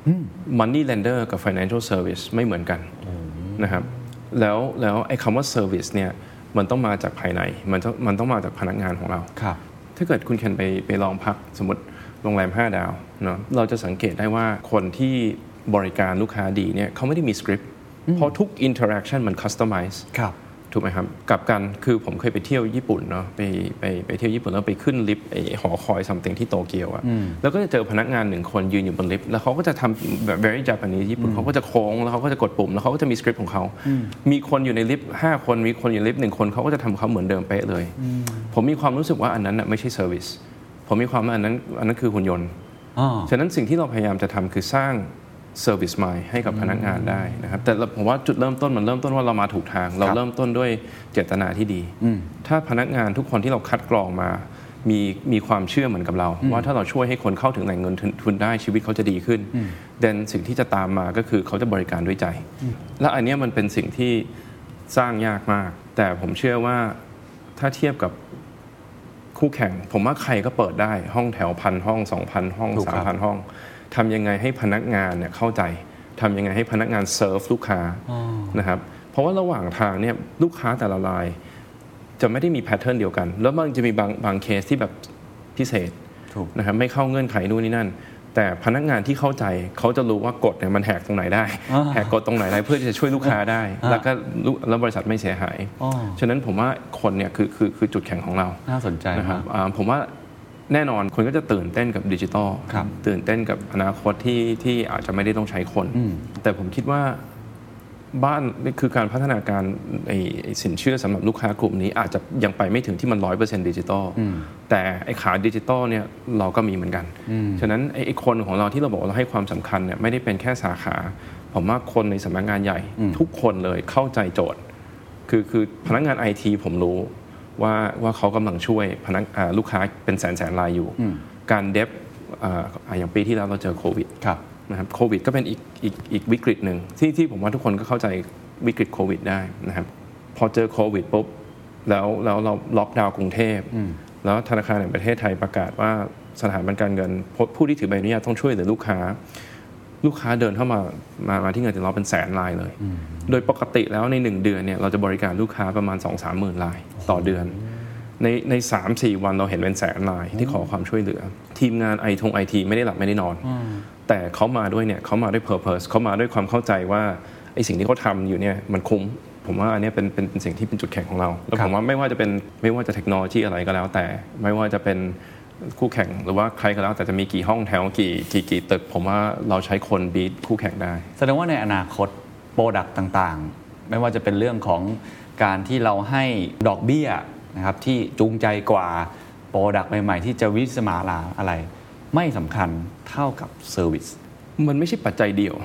money lender กับ financial service ไม่เหมือนกันนะครับแล้วแล้วไอ้คำว่า service เนี่ยมันต้องมาจากภายในมันต้องมันต้องมาจากพนักงานของเราถ้าเกิดคุณเคนไปไปลองพักสมมติโรงแรมห้าดาวเนาะเราจะสังเกตได้ว่าคนที่บริการลูกค้าดีเนี่ยเขาไม่ได้มีสคริปต์เพราะทุกอินเทอร์แอคชั่นมันคัสตอมไมซ์ถูกไหมครับกับกันคือผมเคยไปเที่ยวญี่ปุ่นเนาะไปไปไปเที่ยวญี่ปุ่นแล้วไปขึ้นลิฟต์ไอ้หอคอยซัมติงที่โตเกียวอะแล้วก็จะเจอพนักงานหนึ่งคนยืนอยู่บนลิฟต์แล้วเขาก็จะทำแบบ very Japanese ญี่ปุ่นเขาก็จะโค้งแล้วเขาก็จะกดปุ่มแล้วเขาก็จะมีสคริปต์ของเขามีคนอยู่ในลิฟต์ห้าคนมีคนอยู่ในลิฟต์หนึ่งคนเขาก็จะทำเขาเหมือนเดิมเป๊ะเลยผมมีความรู้สึกว่าอันนั้นน่ะไม่ใช่เซอร์วิสผมมีความว่าอันนั้นอันนั้นคือหุ่นยนต์ฉะนั้นสิ่งที่เราพยายามจะทำคือสร้างservice mind ให้กับพนักงานได้นะครับแต่ผมว่าจุดเริ่มต้นมันเริ่มต้นว่าเรามาถูกทางเราเริ่มต้นด้วยเจตนาที่ดีถ้าพนักงานทุกคนที่เราคัดกรองมามีมีความเชื่อเหมือนกับเราว่าถ้าเราช่วยให้คนเข้าถึงแหล่งเงินทุนได้ชีวิตเขาจะดีขึ้นเดนสิ่งที่จะตามมาก็คือเขาจะบริการด้วยใจและอันนี้มันเป็นสิ่งที่สร้างยากมากแต่ผมเชื่อว่าถ้าเทียบกับคู่แข่งผมว่าใครก็เปิดได้ห้องแถวพันห้อง สองพัน ห้อง สามพัน ห้องทำยังไงให้พนักงานเนี่ยเข้าใจทำยังไงให้พนักงานเซิร์ฟลูกค้านะครับเพราะว่าระหว่างทางเนี่ยลูกค้าแต่ละรายจะไม่ได้มีแพทเทิร์นเดียวกันแล้วมันจะมีบางบางเคสที่แบบพิเศษนะครับไม่เข้าเงื่อนไขนู่นนี่นั่นแต่พนักงานที่เข้าใจเขาจะรู้ว่ากฎเนี่ยมันแหกตรงไหนได้แหกกฎตรงไหนได้เพื่อที่จะช่วยลูกค้าได้แล้วก็แล้วบริษัทไม่เสียหายฉะนั้นผมว่าคนเนี่ยคือคือคือจุดแข็งของเราน่าสนใจนะครับผมว่าแน่นอนคนก็จะตื่นเต้นกับดิจิทัลตื่นเต้นกับอนาคตที่ที่อาจจะไม่ได้ต้องใช้คนแต่ผมคิดว่าบ้านคือการพัฒนาการไอ้สินเชื่อสำหรับลูกค้ากลุ่มนี้อาจจะยังไปไม่ถึงที่มัน ร้อยเปอร์เซ็นต์ ดิจิทัลแต่ไอ้ขาดิจิทัลเนี่ยเราก็มีเหมือนกันฉะนั้นไอ้คนของเราที่เราบอกว่าเราให้ความสำคัญเนี่ยไม่ได้เป็นแค่สาขาผมว่าคนในสำนักงานใหญ่ทุกคนเลยเข้าใจโจทย์คือคือพนักงาน ไอ ที ผมรู้ว่าว่าเขากำลังช่วยพนักลูกค้าเป็นแสนแสนรายอยู่การเดฟอย่างปีที่แล้วเราเจอโควิดนะครับโควิดก็เป็นอีกอีกอีกวิกฤตหนึ่งที่ที่ผมว่าทุกคนก็เข้าใจวิกฤตโควิดได้นะครับพอเจอโควิดปุ๊บแล้วแล้วเราล็อกดาวน์กรุงเทพแล้วธนาคารแห่งประเทศไทยประกาศว่าสถาบันการเงินผู้ที่ถือใบอนุญาตต้องช่วยเหลือลูกค้าลูกค้าเดินเข้ามามามาที่เงินติดล้อเป็นแสนรายเลยโดยปกติแล้วในหนึ่งเดือนเนี่ยเราจะบริการลูกค้าประมาณ สองถึงสาม หมื่นรายต่อเดือนในใน สามถึงสี่ วันเราเห็นเป็นแสนรายที่ขอความช่วยเหลือทีมงานไอทงไอทีไม่ได้หลับไม่ได้นอนแต่เขามาด้วยเนี่ยเขามาด้วย purpose เขามาด้วยความเข้าใจว่าไอ้สิ่งที่เขาทำอยู่เนี่ยมันคุ้มผมว่าอันนี้เป็นเป็นสิ่งที่เป็นจุดแข็งของเราแล้วผมว่าไม่ว่าจะเป็นไม่ว่าจะเทคโนโลยีอะไรก็แล้วแต่ไม่ว่าจะเป็นคู่แข่งหรือว่าใครก็แล้วแต่จะมีกี่ห้องแถวกี่กี่กี่ตึกผมว่าเราใช้คนบีทคู่แข่งได้แสดงว่าในอนาคตโปรดักต์ต่างๆไม่ว่าจะเป็นเรื่องของการที่เราให้ดอกเบี้ยนะครับที่จูงใจกว่าโปรดักต์ใหม่ๆที่จะวิสมาลาอะไรไม่สำคัญเท่ากับเซอร์วิสมันไม่ใช่ปัจจัยเดียว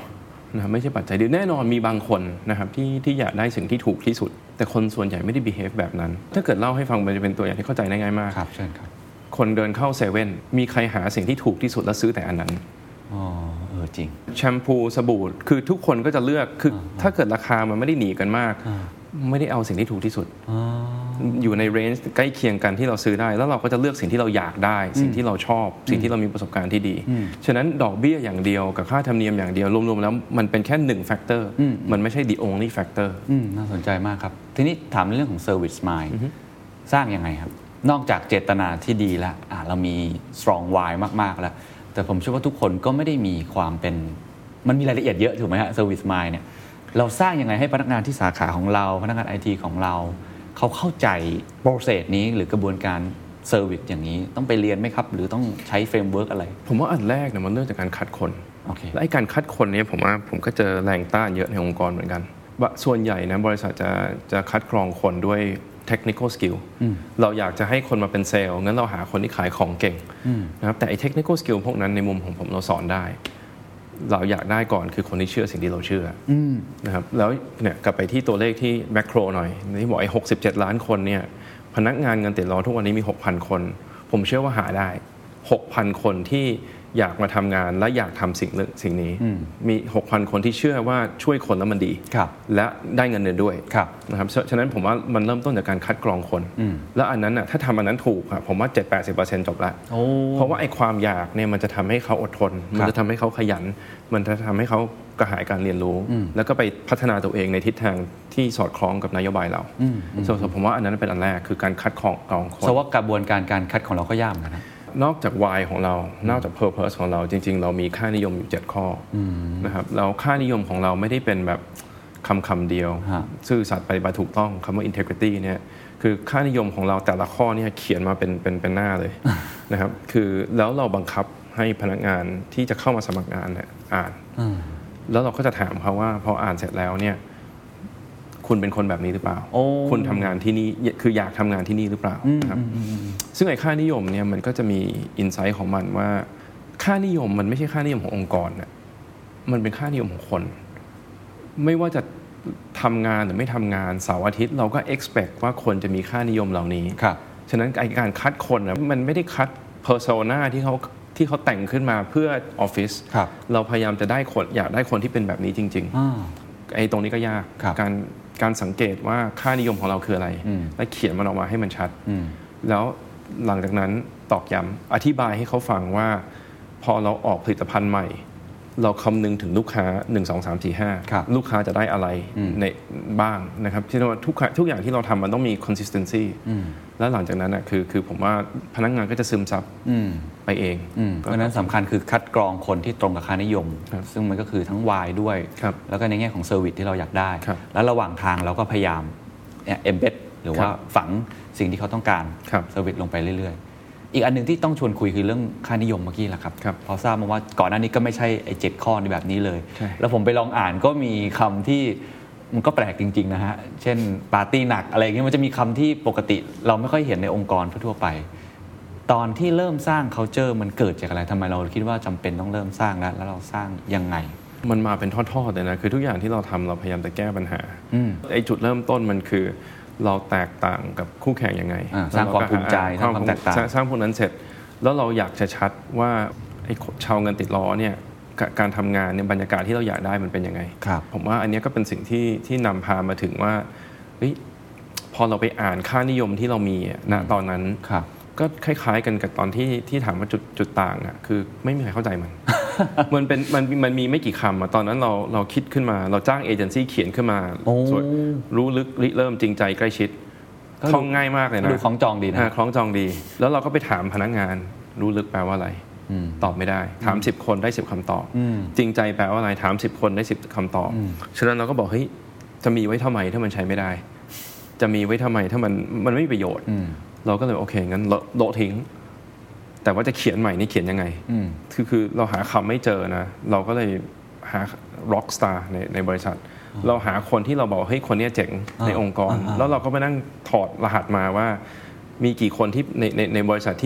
นะครับไม่ใช่ปัจจัยเดียวแน่นอนมีบางคนนะครับที่ที่อยากได้สิ่งที่ถูกที่สุดแต่คนส่วนใหญ่ไม่ได้ behave แบบนั้นถ้าเกิดเล่าให้ฟังมันจะเป็นตัวอย่างที่เข้าใจได้ง่ายมากครับเช่นครับคนเดินเข้าเซเว่นมีใครหาสิ่งที่ถูกที่สุดแล้วซื้อแต่อันนั้นอ๋อเออจริงแชมพูสบู่คือทุกคนก็จะเลือกคือถ้าเกิดราคามันไม่ได้หนีกันมากไม่ได้เอาสิ่งที่ถูกที่สุดอยู่ในเรนจ์ใกล้เคียงกันที่เราซื้อได้แล้วเราก็จะเลือกสิ่งที่เราอยากได้สิ่งที่เราชอบสิ่งที่เรามีประสบการณ์ที่ดีฉะนั้นดอกเบี้ยอย่างเดียวกับค่าธรรมเนียมอย่างเดียวรวมๆแล้วมันเป็นแค่หนึ่งแฟกเตอร์มันไม่ใช่ the only factor น่าสนใจมากครับทีนี้ถามในเรื่องของ service mind สร้างยังไงครับนอกจากเจตนาที่ดีแล้วเรามี strong why มากๆแล้วแต่ผมเชื่อว่าทุกคนก็ไม่ได้มีความเป็นมันมีรายละเอียดเยอะถูกไหมฮะ service mind เนี่ยเราสร้างยังไงให้พนักงานที่สาขาของเราพนักงาน ไอ ที ของเราเขาเข้าใจ process นี้หรือกระบวนการ service อย่างนี้ต้องไปเรียนไหมครับหรือต้องใช้ framework อะไรผมว่าอันแรกเนี่ยมันเริ่มจากการคัดคน okay. และไอ้การคัดคนเนี่ยผมว่าผมก็เจอแรงต้านเยอะในองค์กรเหมือนกันว่าส่วนใหญ่นะบริษัทจะจะคัดกรองคนด้วย technical skill เราอยากจะให้คนมาเป็นเซลล์งั้นเราหาคนที่ขายของเก่งนะครับแต่ไอ้ technical skill พวกนั้นในมุมของผมเราสอนได้เราอยากได้ก่อนคือคนที่เชื่อสิ่งที่เราเชื่อนะครับแล้วเนี่ยกลับไปที่ตัวเลขที่แมคโครหน่อยที่บอกไอ้หกสิบเจ็ดล้านคนเนี่ยพนักงานเงินติดล้อทุกวันนี้มี หกพัน คนผมเชื่อว่าหาได้ หกพัน คนที่อยากมาทำงานและอยากทำสิ่งสิ่งนี้มี หกพัน คนที่เชื่อว่าช่วยคนแล้วมันดีและได้เงินเดือนด้วยนะครับฉะนั้นผมว่ามันเริ่มต้นจากการคัดกรองคนแล้วอันนั้นน่ะถ้าทำอันนั้นถูกครับผมว่า เจ็ดถึงแปดสิบเปอร์เซ็นต์ จบละเพราะว่าไอ้ความอยากเนี่ยมันจะทำให้เขาอดทนมันจะทำให้เขาขยันมันจะทำให้เขากระหายการเรียนรู้แล้วก็ไปพัฒนาตัวเองในทิศทางที่สอดคล้องกับนโยบายเราส่วนผมว่าอันนั้นเป็นอันแรกคือการคัดกรองคนเพราะว่ากระบวนการการคัดของเราก็ยากเหมือนกันนะนอกจาก why ของเรานอกจาก purpose ของเราจริงๆเรามีค่านิยมอยู่เจ็ดข้อนะครับแล้วค่านิยมของเราไม่ได้เป็นแบบคำคำเดียวซื่อสัตย์ปฏิบัติถูกต้องคำว่า integrity เนี่ยคือค่านิยมของเราแต่ละข้อเนี่ยเขียนมาเป็นเป็นเป็นหน้าเลยนะครับคือแล้วเราบังคับให้พนักงานที่จะเข้ามาสมัครงานเนี่ยอ่านแล้วเราก็จะถามเขาว่าพออ่านเสร็จแล้วเนี่ยคุณเป็นคนแบบนี้หรือเปล่าคุณทำงานที่นี่คืออยากทำงานที่นี่หรือเปล่าครับซึ่งไอ้ค่านิยมเนี่ยมันก็จะมีอินไซต์ของมันว่าค่านิยมมันไม่ใช่ค่านิยมขององค์กรน่ะมันเป็นค่านิยมของคนไม่ว่าจะทำงานหรือไม่ทำงานเสาร์อาทิตย์เราก็ expect ว่าคนจะมีค่านิยมเหล่านี้ฉะนั้นไอ้การคัดคนนะมันไม่ได้คัด persona ที่เขาที่เขาแต่งขึ้นมาเพื่อออฟฟิศเราพยายามจะได้คนอยากได้คนที่เป็นแบบนี้จริงๆไอ้ตรงนี้ก็ยากการการสังเกตว่าค่านิยมของเราคืออะไรและเขียนมันออกมาให้มันชัดแล้วหลังจากนั้นตอกย้ำอธิบายให้เขาฟังว่าพอเราออกผลิตภัณฑ์ใหม่เราคำนึงถึงลูกค้าหนึ่ง สอง สาม สี่ ห้าลูกค้าจะได้อะไรในบ้างนะครับที่ว่าทุกทุกอย่างที่เราทำมันต้องมี consistency แล้วหลังจากนั้นนะคือคือผมว่าพนักงานก็จะซึมซับไปเองเพราะฉะนั้นสำคัญคือคัดกรองคนที่ตรงกับค่านิยมซึ่งมันก็คือทั้ง why ด้วยแล้วก็ในแง่ของ service ที่เราอยากได้แล้วระหว่างทางเราก็พยายาม embed หรือว่าฝังสิ่งที่เขาต้องการ service ลงไปเรื่อยๆอีกอันนึงที่ต้องชวนคุยคือเรื่องค่านิยมเมื่อกี้แหละครับพอทราบมาว่าก่อนหน้านี้ก็ไม่ใช่ไอ้เจ็ดข้อในแบบนี้เลยแล้วผมไปลองอ่านก็มีคำที่มันก็แปลกจริงๆนะฮะเช่นปาร์ตี้หนักอะไรอย่างเงี้ยมันจะมีคำที่ปกติเราไม่ค่อยเห็นในองค์กรทั่วไปตอนที่เริ่มสร้าง culture มันเกิดจากอะไรทำไมเราคิดว่าจำเป็นต้องเริ่มสร้างแล้วแล้วเราสร้างยังไงมันมาเป็นทอดๆเลยนะคือทุกอย่างที่เราทำเราพยายามจะแก้ปัญหาไอ้จุดเริ่มต้นมันคือเราแตกต่างกับคู่แข่งยังไงสร้างความภูมิใจสร้างความแตกต่างสร้างพวกนั้นเสร็จแล้วเราอยากจะชัดว่าไอ้ชาวเงินติดล้อเนี่ยการทำงานเนี่ยบรรยากาศที่เราอยากได้มันเป็นยังไงผมว่าอันนี้ก็เป็นสิ่งที่ที่นำพามาถึงว่าพอเราไปอ่านค่านิยมที่เรามีณตอนนั้นก็คล้ายๆกันกับตอนที่ที่ถามว่าจุดจุดต่างอ่ะคือไม่มีใครเข้าใจมัน มันเป็นมันมันมีไม่กี่คำอ่ะตอนนั้นเราเราคิดขึ้นมาเราจ้างเอเจนซี่เขียนขึ้นมารู้ลึกริเริ่มจริงใจใกล้ชิดคล่องง่ายมากเลยนะดูคล้องจองดีนะคล้องจองดีแล้วเราก็ไปถามพนักงานรู้ลึกแปลว่าอะไรตอบไม่ได้ถามสิบคนได้สิบคำตอบจริงใจแปลว่าอะไรถามสิบคนได้สิบคำตอบฉะนั้นเราก็บอกเฮ้ยจะมีไว้ทำไมถ้ามันใช้ไม่ได้จะมีไว้ทำไมถ้ามันมันไม่มีประโยชน์เราก็เลยโอเคงั้นโละทิ้งแต่ว่าจะเขียนใหม่นี่เขียนยังไงคือคือเราหาคำไม่เจอนะเราก็เลยหา rock star ในในบริษัทเราหาคนที่เราบอกเฮ้ยคนนี้เจ๋งในองค์กรแล้วเราก็ไปนั่งถอดรหัสมาว่ามีกี่คนที่ในในในบริษัทที่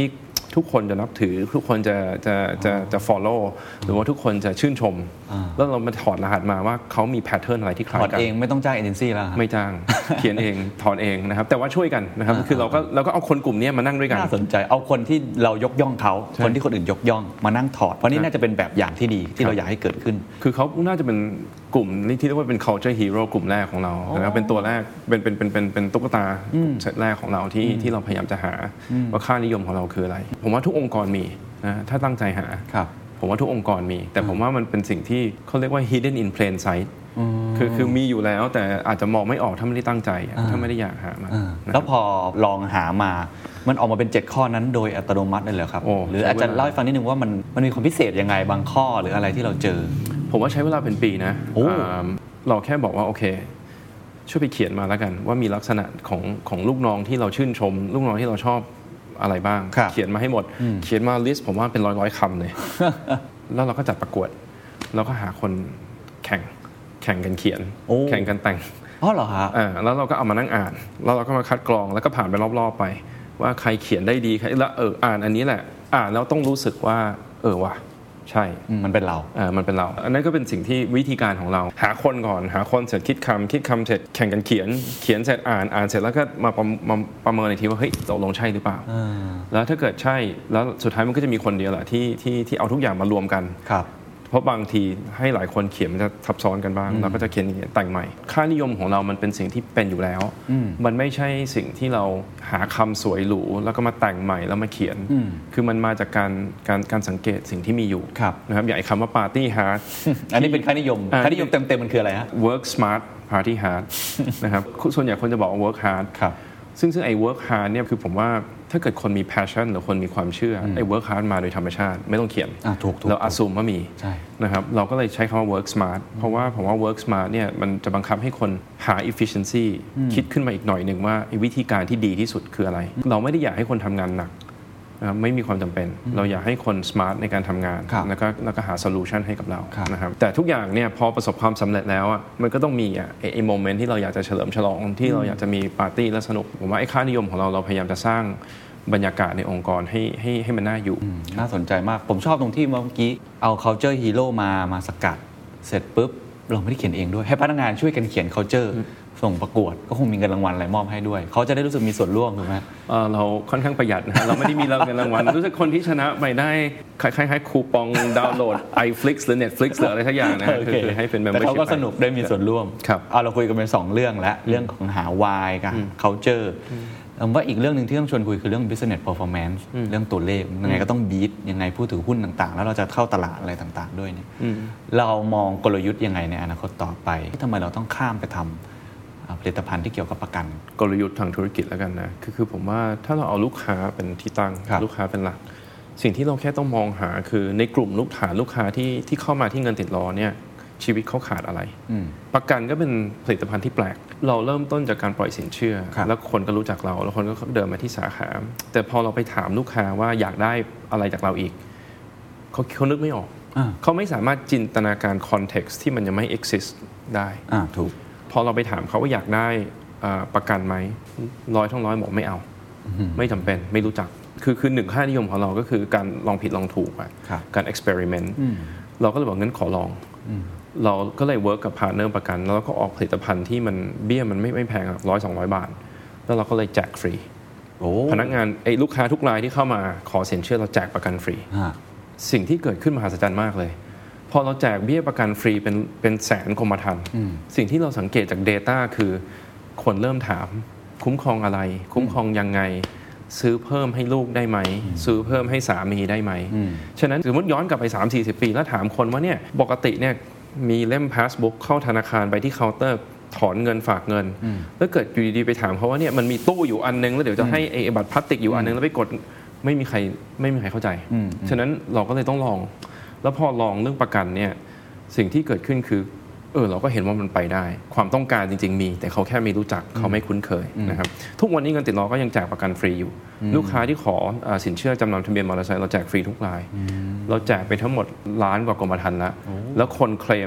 ทุกคนจะนับถือทุกคนจะจะจะจะ follow หรือว่าทุกคนจะชื่นชมแล้วเรามาถอดรหัสมาว่าเขามีแพทเทิร์นอะไรที่คล้ายกันถอดเองไม่ต้องจ้างเอเจนซี่แล้วไม่จ้างเขียนเองถอดเองนะครับแต่ว่าช่วยกันนะครับคือเราก็เราก็เอาคนกลุ่มนี้มานั่งด้วยกันน่าสนใจเอาคนที่เรายกย่องเขาคนที่คนอื่นยกย่องมานั่งถอดเพราะนี่น่าจะเป็นแบบอย่างที่ดีที่เราอยากให้เกิดขึ้นคือเขาน่าจะเป็นกลุ่มที่เรียกว่าเป็น culture hero กลุ่มแรกของเรานะครับเป็นตัวแรกเป็นเป็นเป็นเป็นเป็นตุ๊กตาเซตแรกของเราที่ที่เราพยายามจะหาว่าค่านิยมของเราคืออะไรผมว่าทุกองค์กรมีนะถ้าตั้งใจหาผมว่าทุกองค์กรมีแต่ผมว่ามันเป็นสิ่งที่เขาเรียกว่า hidden in plain sight คือคือมีอยู่แล้วแต่อาจจะมองไม่ออกถ้าไม่ได้ตั้งใจถ้าไม่ได้อยากหามาแล้วพอลองหามามันออกมาเป็นเจ็ดข้อนั้นโดยอัตโนมัติเลยเหรอครับหรืออาจจะเล่าให้ฟังนิดนึงว่ามันมันมีความพิเศษยังไงบางข้อหรืออะไรที่เราเจอผมว่าใช้เวลาเป็นปีนะเราแค่บอกว่าโอเคช่วยไปเขียนมาแล้วกันว่ามีลักษณะของของลูกน้องที่เราชื่นชมลูกน้องที่เราชอบอะไรบ้างเขียนมาให้หมดเขียนมาลิสต์ผมว่าเป็นร้อยๆคำเลยแล้วเราก็จัดประกวดเราก็หาคนแข่งแข่งกันเขียนแข่งกันแต่งอ๋อเหรอฮะอ่าแล้วเราก็เอามานั่งอ่านแล้วเราก็มาคัดกรองแล้วก็ผ่านไปรอบๆไปว่าใครเขียนได้ดีใครแล้วเอออ่านอันนี้แหละอ่านแล้วต้องรู้สึกว่าเออว่ะใช่มันเป็นเราเออมันเป็นเราอันนั้นก็เป็นสิ่งที่วิธีการของเราหาคนก่อนหาคนเสร็จคิดคำคิดคำเสร็จแข่งกันเขียนเขียนเสร็จอ่านอ่านเสร็จแล้วก็มามาประเมินอีกทีว่าเฮ้ยตกลงใช่หรือเปล่าแล้วถ้าเกิดใช่แล้วสุดท้ายมันก็จะมีคนเดียวแหละที่ที่ที่เอาทุกอย่างมารวมกันเพราะบางทีให้หลายคนเขียนมันจะทับซ้อนกันบ้างเราก็จะเขียนแต่งใหม่ค่านิยมของเรามันเป็นสิ่งที่เป็นอยู่แล้วมันไม่ใช่สิ่งที่เราหาคำสวยหรูแล้วก็มาแต่งใหม่แล้วมาเขียนคือมันมาจากการการการสังเกตสิ่งที่มีอยู่นะครับอย่างไอ้คำว่า party hard อันนี้เป็นค่านิยมค่านิยมเต็มๆมันคืออะไรฮะ work smart party hard นะครับส่วนใหญ่คนจะบอก work hard ซึ่งซึ่งไอ้ work hard เนี่ยคือผมว่าถ้าเกิดคนมี passion หรือคนมีความเชื่อไอ้ work hard มาโดยธรรมชาติไม่ต้องเขียนเรา assume ว่ามีนะครับเราก็เลยใช้คำว่า work smart เพราะว่าผมว่า work smart เนี่ยมันจะบังคับให้คนหา efficiency คิดขึ้นมาอีกหน่อยนึงว่าวิธีการที่ดีที่สุดคืออะไรเราไม่ได้อยากให้คนทำงานหนักไม่มีความจำเป็นเราอยากให้คน smart ในการทำงานแล้วก็แล้วก็หา solution ให้กับเรานะครับแต่ทุกอย่างเนี่ยพอประสบความสำเร็จแล้วอ่ะมันก็ต้องมีอ่ะไอ้โมเมนต์ที่เราอยากจะเฉลิมฉลองที่เราอยากจะมีปาร์ตี้และสนุกผมว่าไอ้ค่านิยมของเราเราพยายามจะสร้างบรรยากาศในองค์กรให้ให้ให้มันน่าอยู่น่าสนใจมากผมชอบตรงที่เมื่อกี้เอา culture hero มามาสกัดเสร็จปุ๊บเราไม่ได้เขียนเองด้วยให้พนักงานช่วยกันเขียน cultureส่งประกวดก็คงมีเงินรางวัลอะไรมอบให้ด้วยเขาจะได้รู้สึกมีส่วนร่วมถูกไหมเออเราค่อนข้างประหยัดนะเราไม่ได้มีเงินรางวัลรู้สึกคนที่ชนะไปได้คล้ายๆคูปองดาวน์โหลด iFlix หรือ Netflix หรืออะไรทักอย่างนะคือให้เป็น membership แต่เขาก็สนุกได้มีส่วนร่วมเอาเราคุยกันเป็นสองเรื่องและเรื่องของหา why กับ culture ว่าอีกเรื่องนึงที่ต้องชวนคุยคือเรื่อง business performance เรื่องตัวเลขยังไงก็ต้อง beat ยังไงผู้ถือหุ้นต่างๆแล้วเราจะเข้าตลาดอะไรต่างๆด้วยเนี่ยเรามองกลยุทธ์ยังไงในอนาคตต่อไปทำไมเราต้องข้ามไปทำผลิตภัณฑ์ที่เกี่ยวกับประกันกลยุทธ์ทางธุรกิจแล้วกันนะคือคือผมว่าถ้าเราเอาลูกค้าเป็นที่ตั้งลูกค้าเป็นหลักสิ่งที่เราแค่ต้องมองหาคือในกลุ่มลูกฐานลูกค้าที่ที่เข้ามาที่เงินติดล้อเนี่ยชีวิตเขาขาดอะไรประกันก็เป็นผลิตภัณฑ์ที่แปลกเราเริ่มต้นจากการปล่อยสินเชื่อแล้วคนก็รู้จักเราแล้วคนก็เดินมาที่สาขาแต่พอเราไปถามลูกค้าว่าอยากได้อะไรจากเราอีกเขาเขานึกไม่ออกเขาไม่สามารถจินตนาการคอนเท็กซ์ที่มันยังไม่ exist ได้ถูกพอเราไปถามเขาว่าอยากได้ประกันไหมร้อยทั้งร้อยบอกไม่เอาไม่จำเป็นไม่รู้จักคือคือหนึ่งค่านิยมของเราก็คือการลองผิดลองถูกการ experiment เราก็เลยบอกงั้นขอลองเราก็เลยเวิร์กกับพาร์ทเนอร์ประกันแล้วก็ออกผลิตภัณฑ์ที่มันเบี้ยมันไม่ไม่แพงหรอกร้อยสองร้อยบาทแล้วเราก็เลยแจกฟรีพนักงานไอ้ลูกค้าทุกรายที่เข้ามาขอสินเชื่อเราแจกประกันฟรีสิ่งที่เกิดขึ้นมหัศจรรย์มากเลยพอเราแจกเบี้ยประกันฟรีเป็นเป็นแสนกรมธรรม์สิ่งที่เราสังเกตจาก data คือคนเริ่มถามคุ้มครองอะไรคุ้มครองยังไงซื้อเพิ่มให้ลูกได้ไหมซื้อเพิ่มให้สามีได้ไหมฉะนั้นสมมติย้อนกลับไป สามถึงสี่สิบ ปีแล้วถามคนว่าเนี่ยปกติเนี่ยมีเล่มพาสบุ๊กเข้าธนาคารไปที่เคาน์เตอร์ถอนเงินฝากเงินแล้วเกิดอยู่ดีๆไปถามเขาว่าเนี่ยมันมีตู้อยู่อันนึงแล้วเดี๋ยวจะให้ไอ้บัตรพลาสติกอยู่อันนึงแล้วไปกดไม่มีใครไม่มีใครเข้าใจฉะนั้นเราก็เลยต้องลองแล้วพอลองเรื่องประกันเนี่ยสิ่งที่เกิดขึ้นคือเออเราก็เห็นว่ามันไปได้ความต้องการจริงๆมีแต่เขาแค่ไม่รู้จักเขาไม่คุ้นเคยนะครับทุกวันนี้เงินติดล้อก็ยังแจกประกันฟรีอยู่ลูกค้าที่ขอสินเชื่อจำนำทะเบียนมอเตอร์ไซค์เราแจกฟรีทุกรายเราแจกไปทั้งหมดล้านกว่ากรมธรรม์แล้วแล้วคนเคลม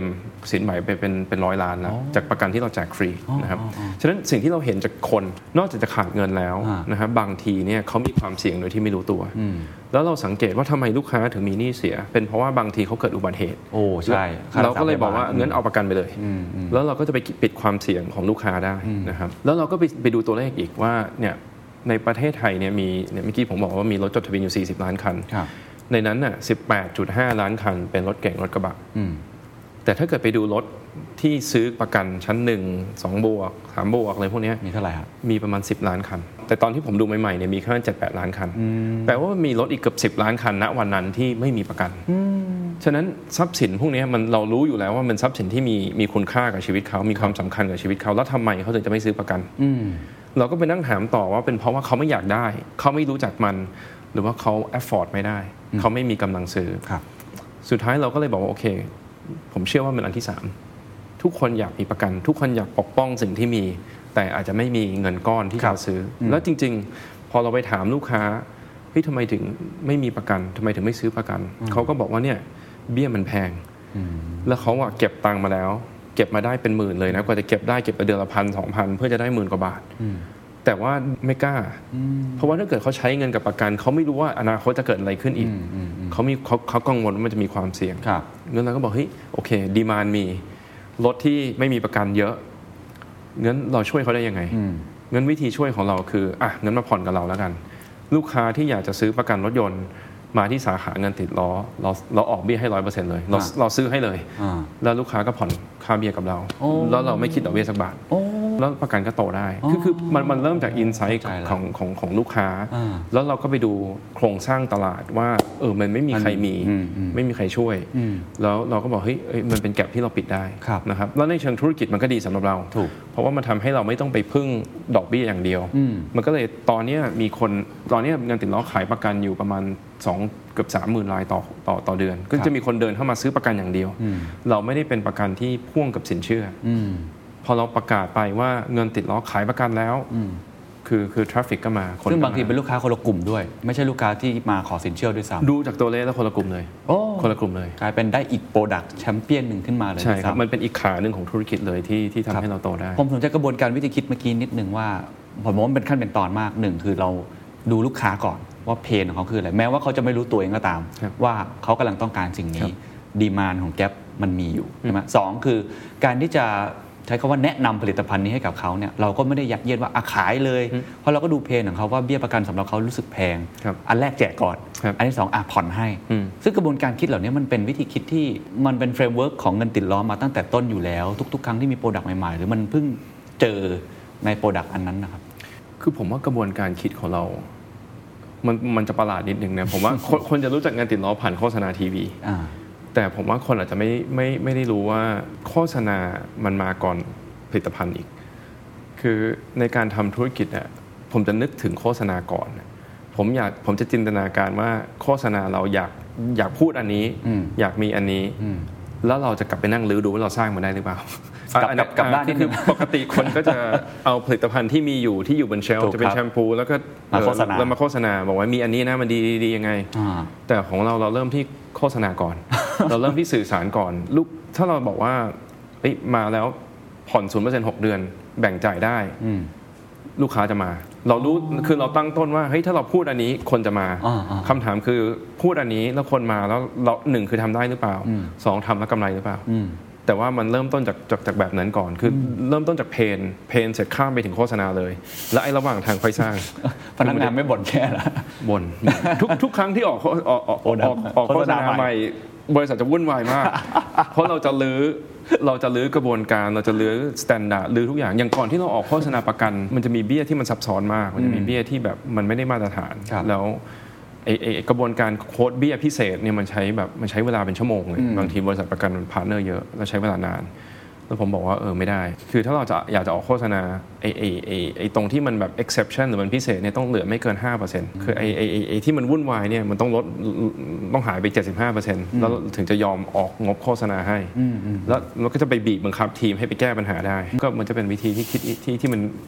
สินไหมไปเป็นเป็นร้อยล้านแล้วจากประกันที่เราแจกฟรีนะครับฉะนั้นสิ่งที่เราเห็นจากคนนอกจากจะขาดเงินแล้วนะครับบางทีเนี่ยเขามีความเสี่ยงโดยที่ไม่รู้ตัวแล้วเราสังเกตว่าทำไมลูกค้าถึงมีหนี้เสียเป็นเพราะว่าบางทีเขาเกิดอุบัติเหตุโอ้ใช่เราก็เลยบอกว่าเงินเอาประกันไปเลยแล้วเราก็จะไปปิดความเสี่ยงของลูกค้าได้นะครับแล้วเราก็ไปไปดูตัวเลขอีกว่าเนี่ยในประเทศไทยเนี่ยมีเนี่ยเมื่อกี้ผมบอกว่ามีรถจดทะเบียนอยู่สี่สิบล้านคันในนั้นน่ะ สิบแปดจุดห้า ล้านคันเป็นรถเก๋งรถกระบะแต่ถ้าเกิดไปดูรถที่ซื้อประกันชั้นหนึ่ง สองบวกสามบวกอะไรพวกนี้มีเท่าไหร่ครับมีประมาณสิบล้านคันแต่ตอนที่ผมดูใหม่ๆเนี่ยมีแค่ เจ็ดแปด ล้านคันแปลว่ามีรถอีกเกือบสิบล้านคันณวันนั้นที่ไม่มีประกันฉะนั้นทรัพย์สินพวกนี้มันเรารู้อยู่แล้วว่ามันทรัพย์สินที่มีมีคุณค่ากับชีวิตเขามีความสำคัญกับชีวิตเขาแล้วทำไมเขาถึงจะไม่ซื้อประกันเราก็ไปนั่งถามต่อว่าเป็นเพราะว่าเขาไม่อยากได้เขาไม่รู้จักมันหรือว่าเขา afford ไม่ได้เขาไม่มีกำลังซื้อสุดท้ายเราก็เลยบอกว่าโอเคผมเชื่อว่ามันอันที่สามทุกคนอยากมีประกันทุกคนอยากปกป้องสิ่งที่มีแต่อาจจะไม่มีเงินก้อนที่จะซื้อแล้วจริงๆพอเราไปถามลูกค้าเฮ้ยทำไมถึงไม่มีประกันทำไมถึงไม่ซื้อประกันเขาก็บอกว่าเนี่ยเบี้ยมันแพงแล้วเขาอะเก็บตังค์มาแล้วเก็บมาได้เป็นหมื่นเลยนะกว่าจะเก็บได้เก็บไปเดือนละพันสองพันเพื่อจะได้หมื่นกว่าบาทแต่ว่าไม่กล้าเพราะว่าถ้าเกิดเขาใช้เงินกับประกันเขาไม่รู้ว่าอนาคตจะเกิดอะไรขึ้นอีกเขามีเขาเขากังวลว่ามันจะมีความเสี่ยงงั้นเราก็บอกเฮ้ยโอเคดีมานด์มีรถที่ไม่มีประกันเยอะงั้นเราช่วยเขาได้ยังไงงั้นวิธีช่วยของเราคืออ่ะงั้นมาผ่อนกับเราแล้วกันลูกค้าที่อยากจะซื้อประกันรถยนต์มาที่สาขาเงินติดล้อเราเราออกเบี้ยให้ ร้อยเปอร์เซ็นต์ เลยเราเราซื้อให้เลยแล้วลูกค้าก็ผ่อนค่าเบี้ยกับเราแล้วเราไม่คิดดอกเบี้ยสักบาทแล้วประกันก็โตได้คือคือมันมันเริ่มจากอินไซต์ของของของลูกค้าแล้วเราก็ไปดูโครงสร้างตลาดว่าเออมันไม่มีใครมีไม่มีใครช่วยแล้วเราก็บอกเฮ้ยมันเป็นแก็ปที่เราปิดได้นะครับแล้วในเชิงธุรกิจมันก็ดีสำหรับเราเพราะว่ามันทำให้เราไม่ต้องไปพึ่งดอกเบี้ยอย่างเดียวมันก็เลยตอนนี้มีคนตอนนี้เงินติดล้อขายประกันอยู่ประมาณสองเกือบ สามหมื่น รายต่อต่อต่อเดือนก็จะมีคนเดินเข้ามาซื้อประกันอย่างเดียวเราไม่ได้เป็นประกันที่พ่วงกับสินเชื่อพอเราประกาศไปว่าเงินติดล้อขายประกันแล้วคือคือทราฟฟิกก็มาซึ่งบางทีเป็นลูกค้าคนละกลุ่มด้วยไม่ใช่ลูกค้าที่มาขอสินเชื่อด้วยซ้ำดูจากตัวเลขแล้วคนละกลุ่มเลยคนละกลุ่มเลยกลายเป็นได้อีกโปรดักต์แชมเปี้ยนหนึ่งขึ้นมาเลยใช่ครับมันเป็นอีกขาหนึ่งของธุรกิจเลยที่ที่ทำให้เราโตได้ผมสนใจกระบวนการวิธีคิดเมื่อกี้นิดนึงว่าผมว่ามันเป็นขั้นเป็นตอนมากหนึ่งคือเราดูลูกค้าก่อนว่าเพนของเขาคืออะไรแม้ว่าเขาจะไม่รู้ตัวเองก็ตามว่าเขากำลังต้องการสิ่งนี้ดีมานด์ของแก๊ปมันมีอยู่ใช่ไหมสองคือการที่จะใช้คำว่าแนะนำผลิตภัณฑ์นี้ให้กับเขาเนี่ยเราก็ไม่ได้ยัดเยียดว่าอ่ะขายเลยเพราะเราก็ดูเพนของเขาว่าเบี้ยประกันสำหรับเขารู้สึกแพงอันแรกแจกก่อนอันที่สองอ่ะผ่อนให้ซึ่งกระบวนการคิดเหล่านี้มันเป็นวิธีคิดที่มันเป็นเฟรมเวิร์กของเงินติดล้อมาตั้งแต่ต้นอยู่แล้วทุกๆครั้งที่มีโปรดักต์ใหม่ๆหรือมันเพิ่งเจอในโปรดักต์อันนั้นนะครับคือผมว่ากระบวนการคิดของเรามันมันจะประหลาดนิดนึงนะผมว่า คนจะรู้จักเงินติดล้อผ่านโฆษณาทีวีแต่ผมว่าคนอาจจะไม่ไม่ไม่ได้รู้ว่าโฆษณามันมาก่อนผลิตภัณฑ์อีกคือในการทำธุรกิจเนี่ยผมจะนึกถึงโฆษณาก่อนผมอยากผมจะจินตนาการว่าโฆษณาเราอยากอยากพูดอันนี้อยากมีอันนี้แล้วเราจะกลับไปนั่งรื้อดูว่าเราสร้างมันได้หรือเปล่ากับกับด้านนี้คือปกติคนก็จะเอาผลิตภัณฑ์ที่มีอยู่ที่อยู่บนเชลฟ์จะเป็นแชมพูแล้วก็เรามาโฆษณาบอกว่ามีอันนี้นะมันดีดียังไงแต่ของเราเราเริ่มที่โฆษณาก่อนเราเริ่มที่สื่อสารก่อนลูกถ้าเราบอกว่าเอ้ยมาแล้วผ่อน ศูนย์เปอร์เซ็นต์ หกเดือนแบ่งจ่ายได้ลูกค้าจะมาเรารู้คือเราตั้งต้นว่าเฮ้ยถ้าเราพูดอันนี้คนจะมาคำถามคือพูดอันนี้แล้วคนมาแล้วเราหนึ่งคือทำได้หรือเปล่าสองทำแล้วกำไรหรือเปล่าแต่ว่ามันเริ่มต้นจากจากจากแบบนั้นก่อนคือเริ่มต้นจากเพนเพนเสร็จข้ามไปถึงโฆษณาเลยแล้วไอ้ระหว่างทางค่อยสร้างพนักงานไม่บ่นแค่ละบ่นทุกทุกครั้งที่ออกออกออกออกโฆษณาใหม่บริษัทจะวุ่นวายมากเพราะเราจะลื้อเราจะลื้อกระบวนการเราจะลื้อสแตนดาร์ดลื้อทุกอย่างอย่างก่อนที่เราออกโฆษณาประกันมันจะมีเบี้ยที่มันซับซ้อนมากมันจะมีเบี้ยที่แบบมันไม่ได้มาตรฐานแล้วไอ้กระบวนการโค้ดเบี้ยพิเศษเนี่ยมันใช้แบบมันใช้เวลาเป็นชั่วโมงเลยบางทีบริษัทประกันมันพาร์ทเนอร์เยอะแล้วใช้เวลานานแล้วผมบอกว่าเออไม่ได้คือถ้าเราจะอยากจะออกโฆษณาไอ้ไอ้ไอ้ไอ้ตรงที่มันแบบ exception หรือมันพิเศษเนี่ยต้องเหลือไม่เกิน ห้าเปอร์เซ็นต์ คือไอ้ไอ้ไอ้ที่มันวุ่นวายเนี่ยมันต้องลดต้องหายไป เจ็ดสิบห้าเปอร์เซ็นต์ แล้วถึงจะยอมออกงบโฆษณาให้แล้วเราก็จะไปบีบบังคับทีมให้ไปแก้ปัญหาได้ก็มันจะเป็นวิธีที่คิดที่ที่มัน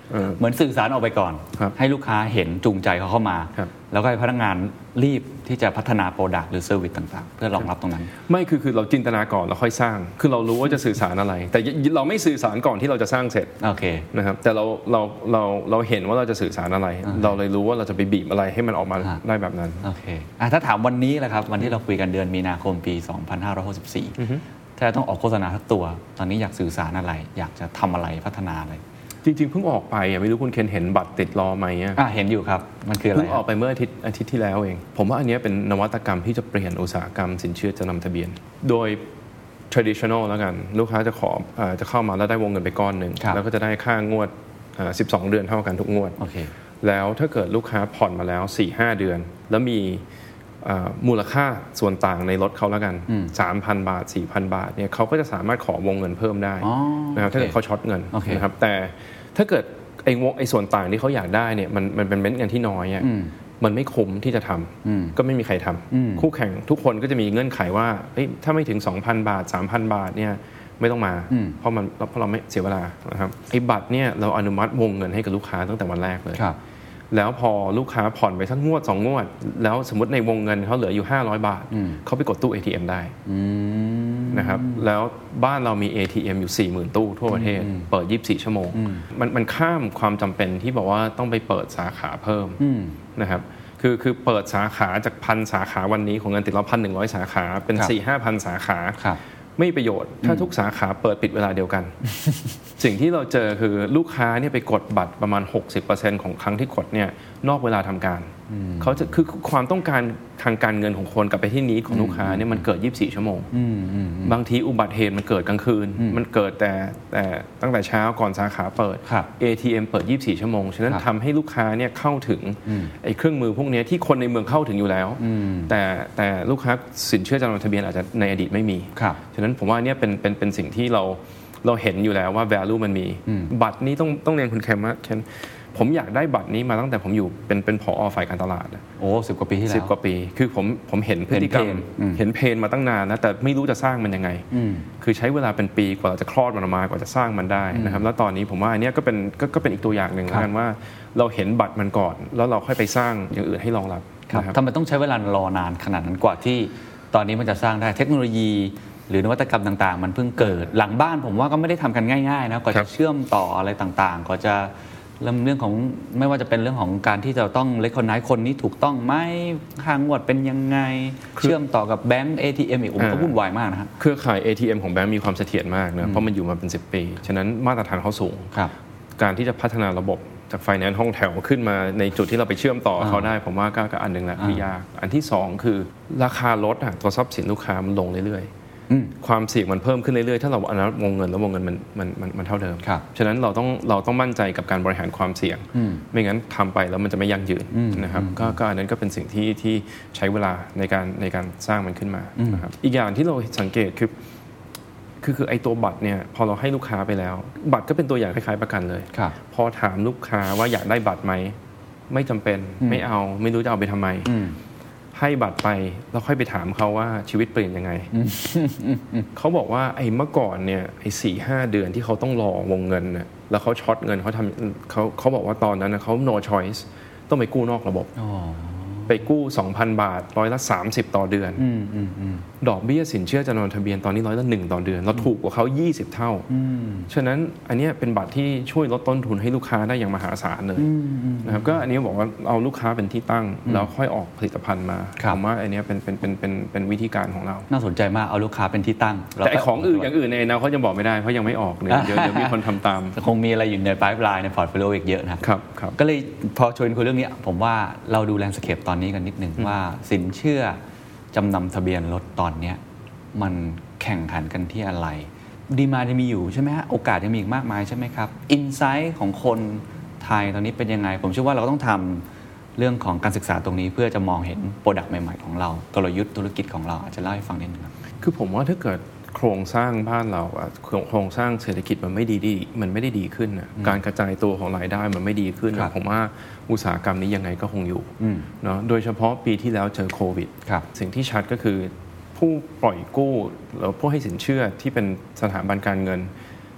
เหมือนสื่อสารออกไปก่อนให้ลูกค้าเห็นจูงใจเขาเข้ามาแล้วก็ให้พนักงานรีบที่จะพัฒนาโปรดักต์หรือเซอร์วิสต่างๆเพื่อรองรับตรงนั้นไม่คือคือเราจินตนาก่อนแล้วค่อยสร้างคือเรารู้ว่าจะสื่อสารอะไรแต่เราไม่สื่อสารก่อนที่เราจะสร้างเสร็จโอเคนะครับแต่เราเราเราเราเห็นว่าเราจะสื่อสารอะไรเราเลยรู้ว่าเราจะไปบีบอะไรให้มันออกมาได้แบบนั้นโอเคอ่ะถ้าถามวันนี้แหละครับวันที่เราคุยกันเดือนมีนาคมปีสองพันห้าร้อยหกสิบสี่ถ้าต้องออกโฆษณาทั้งตัวตอนนี้อยากสื่อสารอะไรอยากจะทำอะไรพัฒนาอะไรจริงๆเพิ่งออกไปอ่ะไม่รู้คุณเคนเห็นบัตรติดล้อไหมอ่ะเห็นอยู่ครับมันคืออะไรเพิ่งออกไปเมื่ออาทิตย์อาทิตย์ที่แล้วเองผมว่าอันนี้เป็นนวัตกรรมที่จะเปลี่ยนอุตสาหกรรมสินเชื่อจะนำทะเบียนโดย traditional แล้วกันลูกค้าจะขอจะเข้ามาแล้วได้วงเงินไปก้อนหนึ่งแล้วก็จะได้ค่างวดสิบสองเดือนเท่ากันทุกงวด okay. แล้วถ้าเกิดลูกค้าผ่อนมาแล้ว สี่ห้า เดือนแล้วมีมูลค่าส่วนต่างในรถเขาแล้วกัน สามพัน บาท สี่พัน บาทเนี่ยเขาก็จะสามารถขอวงเงินเพิ่มได้นะครับถ้าเกิดเขาช็อตเงินนะครับแต่ถ้าเกิดไอ้ไอ้ส่วนต่างที่เขาอยากได้เนี่ยมันมันเป็นเม็ดเงินที่น้อยอ่ะมันไม่คุ้มที่จะทำก็ไม่มีใครทำคู่แข่งทุกคนก็จะมีเงื่อนไขว่าถ้าไม่ถึง สองพัน บาท สามพัน บาทเนี่ยไม่ต้องมาเพราะมันเพราะเราไม่เสียเวลานะครับไอ้บัตรเนี่ยเราอนุมัติวงเงินให้กับลูกค้าตั้งแต่วันแรกเลยแล้วพอลูกค้าผ่อนไปสักงวดสองงวดแล้วสมมติในวงเงินเขาเหลืออยู่ห้าร้อยบาทเขาไปกดตู้ เอ ที เอ็ม ได้นะครับแล้วบ้านเรามี เอ ที เอ็ม อยู่ สี่หมื่น ตู้ทั่วประเทศเปิดยี่สิบสี่ชั่วโมงมันมันข้ามความจำเป็นที่บอกว่าต้องไปเปิดสาขาเพิ่มนะครับคือคือเปิดสาขาจากพันสาขาวันนี้ของเงินติดล้อ หนึ่งพันหนึ่งร้อย สาขาเป็น สี่ห้าพัน สาขาไม่ประโยชน์ถ้าทุกสาขาเปิดปิดเวลาเดียวกัน สิ่งที่เราเจอคือลูกค้าเนี่ยไปกดบัตรประมาณ หกสิบเปอร์เซ็นต์ ของครั้งที่กดเนี่ยนอกเวลาทำการเขาจะคือความต้องการทางการเงินของคนกลับไปที่นี้ของลูกค้าเนี่ยมันเกิดยี่สิบสี่ชั่วโมงบางทีอุบัติเหตุมันเกิดกลางคืนมันเกิดแต่แต่ตั้งแต่เช้าก่อนสาขาเปิด เอ ที เอ็ม เปิดยี่สิบสี่ชั่วโมงฉะนั้นทำให้ลูกค้าเนี่ยเข้าถึงไอ้เครื่องมือพวกนี้ที่คนในเมืองเข้าถึงอยู่แล้วแต่แต่ลูกค้าสินเชื่อจำนำทะเบียนอาจจะในอดีตไม่มีฉะนั้นผมว่าเนี่ยเป็นเป็นเป็นสิ่งที่เราเราเห็นอยู่แล้วว่า value มันมีบัตรนี้ต้องต้องเรียนคุณแคมว่าผมอยากได้บัตรนี้มาตั้งแต่ผมอยู่เป็นเป็นผอ.ฝ่ายการตลาดโอ้สิบกว่าปีที่แล้วสิบกว่าปีคือผมผมเห็นพฤติกรรมเห็นเพนมาตั้งนานนะแต่ไม่รู้จะสร้างมันยังไงคือใช้เวลาเป็นปีกว่าจะคลอดมันออกมากว่าจะสร้างมันได้นะครับแล้วตอนนี้ผมว่าอันนี้ก็เป็นก็ก็เป็นอีกตัวอย่างหนึ่งแล้วกันว่าเราเห็นบัตรมันก่อนแล้วเราค่อยไปสร้างอย่างอื่นให้รองรับทำไมต้องใช้เวลารอนานขนาดนั้นกว่าที่ตอนนี้มันจะสร้างได้เทคโนโลยีหรือนวัตกรรมต่างๆมันเพิ่งเกิดหลังบ้านผมว่าก็ไม่ได้ทำกันง่ายๆนะกว่าจะเชื่อมต่ออะไรต่างๆกว่าจะเรื่องเรื่องของไม่ว่าจะเป็นเรื่องของการที่จะต้องเรคคอนไนซ์คนนี้ถูกต้องไหมค่างวดเป็นยังไงเชื่อมต่อกับแบงก์ เอ ที เอ็ม อีกผมก็วุ่นวายมากนะครับเครือข่าย เอ ที เอ็ม ของแบงก์มีความเสถียรมากนะเพราะมันอยู่มาเป็นสิบปีฉะนั้นมาตรฐานเขาสูงการที่จะพัฒนาระบบจากไฟแนนซ์ห้องแถวขึ้นมาในจุดที่เราไปเชื่อมต่อเขาได้ผมว่าก็อันนึงแหละที่ยากอันที่สองคือราคารถตัวทรัพย์สินลูกค้ามันลงเรื่อยความเสี่ยงมันเพิ่มขึ้นเรื่อยๆถ้าเราอนุมัติวงเงินแล้ววงเงินมันมันมันมันเท่าเดิมฉะนั้นเราต้องเราต้องมั่นใจกับการบริหารความเสี่ยงไม่งั้นทำไปแล้วมันจะไม่ยั่งยืนนะครับก็ก็อันนั้นก็เป็นสิ่งที่ที่ใช้เวลาในการในการสร้างมันขึ้นมานะครับอีกอย่างที่เราสังเกตคือคือคือไอ้ตัวบัตรเนี่ยพอเราให้ลูกค้าไปแล้วบัตรก็เป็นตัวอย่างคล้ายๆประกันเลยพอถามลูกค้าว่าอยากได้บัตรไหมไม่จำเป็นไม่เอาไม่รู้จะเอาไปทำไมให้บัตรไปแล้วค่อยไปถามเขาว่าชีวิตเปลี่ยนยังไง เขาบอกว่าไอ้เมื่อก่อนเนี่ยไอ้สี่ห้าเดือนที่เขาต้องรอวงเงินน่ะแล้วเขาช็อตเงินเขาทำเขาเขาบอกว่าตอนนั้นนะเขา no choice ต้องไปกู้นอกระบบไปกู้ สองพัน บาทร้อยละสามสิบต่อเดือนดอกเบี้ยสินเชื่อจำนำทะเบียนตอนนี้ร้อยละหนึ่งต่อเดือนเราถูกกว่าเขายี่สิบเท่าฉะนั้นอันนี้เป็นบัตรที่ช่วยลดต้นทุนให้ลูกค้าได้อย่างมหาศาลเลยนะครับก็อันนี้บอกว่าเอาลูกค้าเป็นที่ตั้งแล้วค่อยออกผลิตภัณฑ์มาผมว่าอันนี้เป็นเป็นเป็นเป็นเป็นวิธีการของเราน่าสนใจมากเอาลูกค้าเป็นที่ตั้งแต่ของอื่นอย่างอื่นในเราเขาจะบอกไม่ได้เพราะยังไม่ออกเลยเดี๋ยวเดี๋ยวมีคนทำตามคงมีอะไรอยู่ในไพป์ไลน์ในพอร์ตโฟลิโออีกเยอะนะครับก็เลยพอชวนคุยเรื่องนี้ผมว่าเราดูแลนด์สเคปตอนนี้กันนิดนึงว่าสินเชื่อจำนำทะเบียนรถตอนนี้มันแข่งขันกันที่อะไรดีมานด์จะมีอยู่ใช่ไหมฮะโอกาสยังมีอีกมากมายใช่ไหมครับอินไซต์ของคนไทยตอนนี้เป็นยังไงผมเชื่อว่าเราต้องทำเรื่องของการศึกษาตรงนี้เพื่อจะมองเห็นโปรดักต์ใหม่ๆของเรากลยุทธ์ธุรกิจของเราอาจจะเล่าให้ฟังนิดนึงครับคือผมว่าถ้าเกิดโครงสร้างบ้านเราโครงสร้างเศรษฐกิจมันไม่ดีดีมันไม่ได้ดีขึ้นนะการกระจายตัวของรายได้มันไม่ดีขึ้นผมว่าอุตสาหกรรมนี้ยังไงก็คงอยู่เนาะโดยเฉพาะปีที่แล้วเจอโควิดสิ่งที่ชัดก็คือผู้ปล่อยกู้หรือผู้ให้สินเชื่อที่เป็นสถาบันการเงิน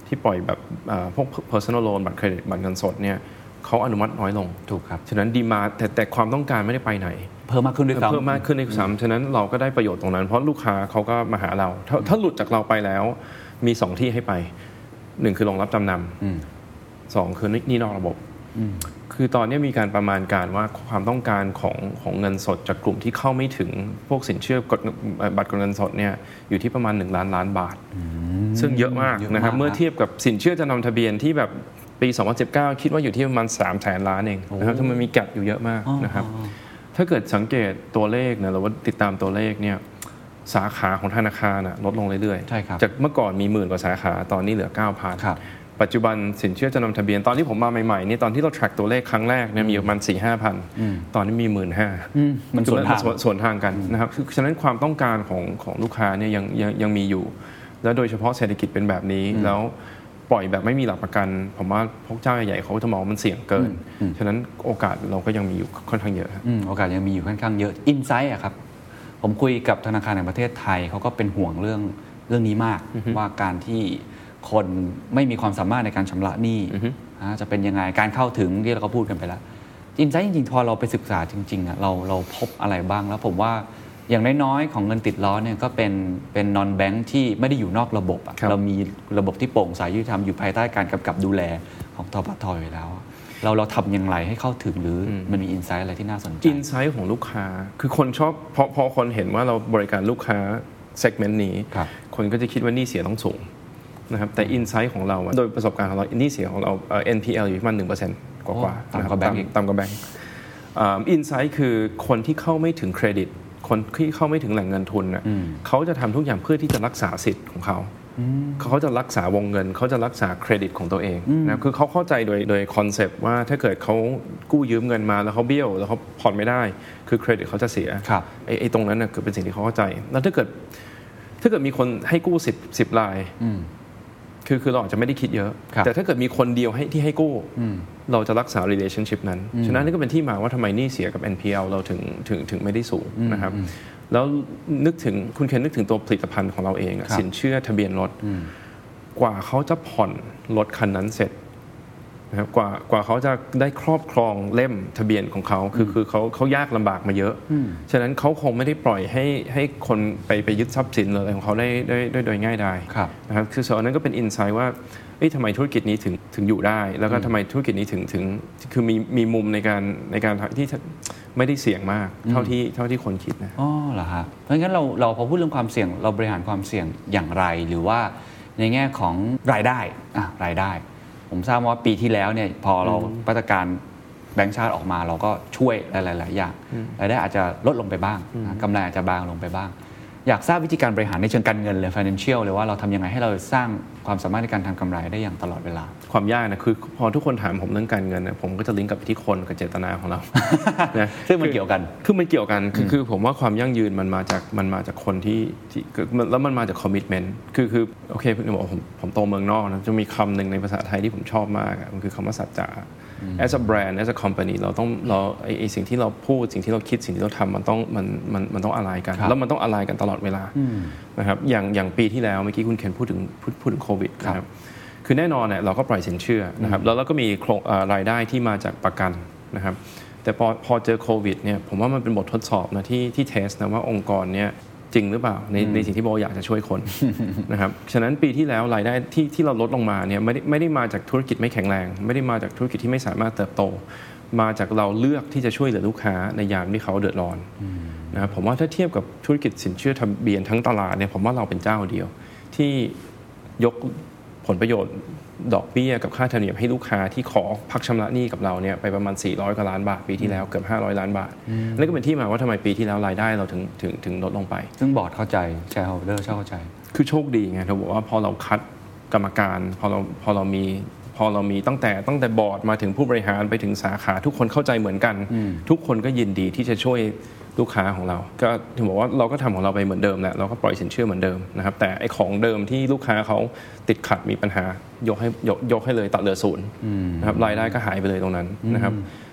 ที่ปล่อยแบบพวก personal loan บัตรเครดิตบัตรเงินสดเนี่ยเขาอนุมัติน้อยลงถูกครับฉะนั้นดีมาแต่แต่ความต้องการไม่ได้ไปไหนเพิ่มมากขึ้นด้วยซ้ำเพิ่มมากขึ้นด้วยซ้ำฉะนั้นเราก็ได้ประโยชน์ตรงนั้นเพราะลูกค้าเขาก็มาหาเราถ้าถ้าหลุดจากเราไปแล้วมีสองที่ให้ไปหนึ่งคือโรงรับจำนำสองคือนี่นอกระบบคือตอนนี้มีการประมาณการว่าความต้องการของของเงินสดจากกลุ่มที่เข้าไม่ถึงพวกสินเชื่อบัตรกดเงินสดเนี่ยอยู่ที่ประมาณหนึ่งล้านล้านบาทซึ่งเยอะมากนะครับเมื่อเทียบกับสินเชื่อจำนำทะเบียนที่แบบปีสองพันสิบเก้าคิดว่าอยู่ที่ประมาณสามแสนล้านเองนะครับถ้ามันมีแกปอยู่เยอะมากนะครับถ้าเกิดสังเกตตัวเลขนะหรือว่าติดตามตัวเลขเนี่ยสาขาของธนาคารลดลงเรื่อยๆจากเมื่อก่อนมีหมื่นกว่าสาขาตอนนี้เหลือ เก้าพัน ปัจจุบันสินเชื่อจำนำทะเบียนตอนที่ผมมาใหม่ๆนี่ตอนที่เรา track ตัวเลขครั้งแรกเนี่ยมีประมาณ สี่ถึงห้าพัน ตอนนี้มี หนึ่งหมื่นห้าพันมันส่วนทางส่วนทางกันนะครับฉะนั้นความต้องการของของลูกค้าเนี่ยยังยังยังมีอยู่แล้วโดยเฉพาะเศรษฐกิจเป็นแบบนี้แล้วปล่อยแบบไม่มีหลักประกันผมว่าพวกเจ้าใหญ่ๆเขาจะมองมันเสี่ยงเกินฉะนั้นโอกาสเราก็ยังมีอยู่ค่อนข้างเยอะโอกาสยังมีอยู่ค่อนข้างเยอะอินไซต์อะครับผมคุยกับธนาคารแห่งประเทศไทยเขาก็เป็นห่วงเรื่องเรื่องนี้มากว่าการที่คนไม่มีความสามารถในการชำระหนี้จะเป็นยังไงการเข้าถึงที่เราก็พูดกันไปแล้วอินไซต์จริงๆพอเราไปศึกษาจริงๆอะเราเราพบอะไรบ้างแล้วผมว่าอย่างน้อยๆของเงินติดล้อเนี่ยก็เป็นเป็นนอนแบงค์ที่ไม่ได้อยู่นอกระบบเรามีระบบที่โปร่งใสยุติธรรมอยู่ภายใต้การกำกับดูแลของทบทอยู่แล้วเราเราทำอย่างไรให้เข้าถึงหรือมันมีอินไซต์อะไรที่น่าสนใจอินไซต์ของลูกค้าคือคนชอบพอพอคนเห็นว่าเราบริการลูกค้าเซกเมนต์นี้คนก็จะคิดว่าหนี้เสียต้องสูงนะครับแต่อินไซต์ของเราโดยประสบการณ์ของเราหนี้เสียของเรา เอ็น พี แอล อยู่ประมาณ หนึ่งเปอร์เซ็นต์ กว่าๆต่ำกว่าแบงก์ต่ำกว่าแบงก์อินไซต์คือคนที่เข้าไม่ถึงเครดิตคนที่เข้าไม่ถึงแหล่งเงินทุนน่ะเขาจะทำทุกอย่างเพื่อที่จะรักษาสิทธิ์ของเขาเขาจะรักษาวงเงินเขาจะรักษาเครดิตของตัวเองนะคือเขาเข้าใจโดยโดยคอนเซปต์ว่าถ้าเกิดเขากู้ยืมเงินมาแล้วเขาเบี้ยวแล้วเขาผ่อนไม่ได้คือเครดิตเขาจะเสียไอ้ไอ้ตรงนั้นน่ะคือเป็นสิ่งที่เขาเข้าใจแล้วถ้าเกิดถ้าเกิดมีคนให้กู้สิบ สิบรายคือคือเราอาจจะไม่ได้คิดเยอะแต่ถ้าเกิดมีคนเดียวให้ที่ให้กู้เราจะรักษา relationship นั้นฉะนั้นนี่ก็เป็นที่มาว่าทำไมหนี้เสียกับ เอ็น พี แอล เราถึงถึงถึงไม่ได้สูงนะครับแล้วนึกถึงคุณเคนนึกถึงตัวผลิตภัณฑ์ของเราเองสินเชื่อทะเบียนรถกว่าเขาจะผ่อนรถคันนั้นเสร็จนะครับกว่ากว่าเขาจะได้ครอบครองเล่มทะเบียนของเขาคือคือเขาเขายากลำบากมาเยอะฉะนั้นเขาคงไม่ได้ปล่อยให้ให้คนไปไปยึดทรัพย์สินอะไรของเขาได้ได้ได้โดยง่ายดายนะครับคือส่วนนั้นก็เป็นอินไซต์ว่าเอ้ยทำไมธุรกิจนี้ถึงถึงอยู่ได้แล้วก็ทำไมธุรกิจนี้ถึงถึงคือมีมีมุมในการในการที่ไม่ได้เสี่ยงมากเท่าที่เท่าที่คนคิดนะอ๋อเหรอฮะเพราะงั้นเราเราพอพูดเรื่องความเสี่ยงเราบริหารความเสี่ยงอย่างไรหรือว่าในแง่ของรายได้อ่ะรายได้ผมทราบว่าปีที่แล้วเนี่ยพอเรามาตรการแบงก์ชาติออกมาเราก็ช่วยหลายๆอย่างรายได้อาจจะลดลงไปบ้างกำไรอาจจะบางลงไปบ้างอยากทราบวิธีการบริหารในเชิงการเงินเลย financial เลยว่าเราทำยังไงให้เราสร้างความสามารถในการทำกำไรได้อย่างตลอดเวลาความยากนะคือพอทุกคนถามผมเรื่องการเงินนะผมก็จะลิงก์กลับไปที่คนกับเจตนาของเรานะซึ่งมันเกี่ยวกันคือมันเกี่ยวกันคือคือผมว่าความยั่งยืนมันมาจากมันมาจากคนที่ที่แล้วมันมาจาก commitment คือคือโอเคผมบอกผมผมโตเมืองนอกนะจะมีคำหนึ่งในภาษาไทยที่ผมชอบมากมันคือคำว่าสัจจะ as a brand as a company เราต้องเราไอไอสิ่งที่เราพูดสิ่งที่เราคิดสิ่งที่เราทำมันต้องมันมันมันต้องอะไรกันแล้วมันต้องอะไรกันตลอดเวลานะครับอย่างอย่างปีที่แล้วเมื่อกี้คุณเคนพูดถึงพูดพูดถึงโควิดนะครับคือแน่นอนเนี่ยเราก็ปล่อยสินเชื่อนะครับแล้วเราก็มีรายได้ที่มาจากประกันนะครับแต่พอพอเจอโควิดเนี่ยผมว่ามันเป็นบททดสอบนะที่ที่เทสนะว่าองค์กรเนี่ยจริงหรือเปล่าในในสิ่งที่โบอยากจะช่วยคนนะครับฉะนั้นปีที่แล้วรายได้ที่ที่เราลดลงมาเนี่ยไม่ได้ไม่ได้มาจากธุรกิจไม่แข็งแรงไม่ได้มาจากธุรกิจที่ไม่สามารถเติบโตมาจากเราเลือกที่จะช่วยเหลือลูกค้าในยามที่เขาเดือดร้อนนะครับผมว่าถ้าเทียบกับธุรกิจสินเชื่อทะเบียนทั้งตลาดเนี่ยผมว่าเราเป็นเจ้าเดียวที่ยกผลประโยชน์ดอกเบี้ยกับค่าธรรมเนียมให้ลูกค้าที่ขอพักชำระหนี้กับเราเนี่ยไปประมาณสี่ร้อยกว่าล้านบาทปีที่แล้วเกือบห้าร้อยล้านบาทนั่นก็เป็นที่มาว่าทำไมปีที่แล้วรายได้เราถึงถึงถึงลดลงไปซึ่งบอร์ดเข้าใจแชร์โฮลเดอร์เข้าใจคือโชคดีไงเราบอกว่าพอเราคัดกรรมการพอเราพอเรามีพอเรามีตั้งแต่ตั้งแต่บอร์ดมาถึงผู้บริหารไปถึงสาขาทุกคนเข้าใจเหมือนกันทุกคนก็ยินดีที่จะช่วยลูกค้าของเราก็ถึงบอกว่าเราก็ทำของเราไปเหมือนเดิมแหละเราก็ปล่อยสินเชื่อเหมือนเดิมนะครับแต่ไอ้ของเดิมที่ลูกค้าเขาติดขัดมีปัญหายกให้ยกยกให้เลยตัดเหลือศูนย์นะครับรายได้ก็หายไปเลยตรงนั้นนะครับ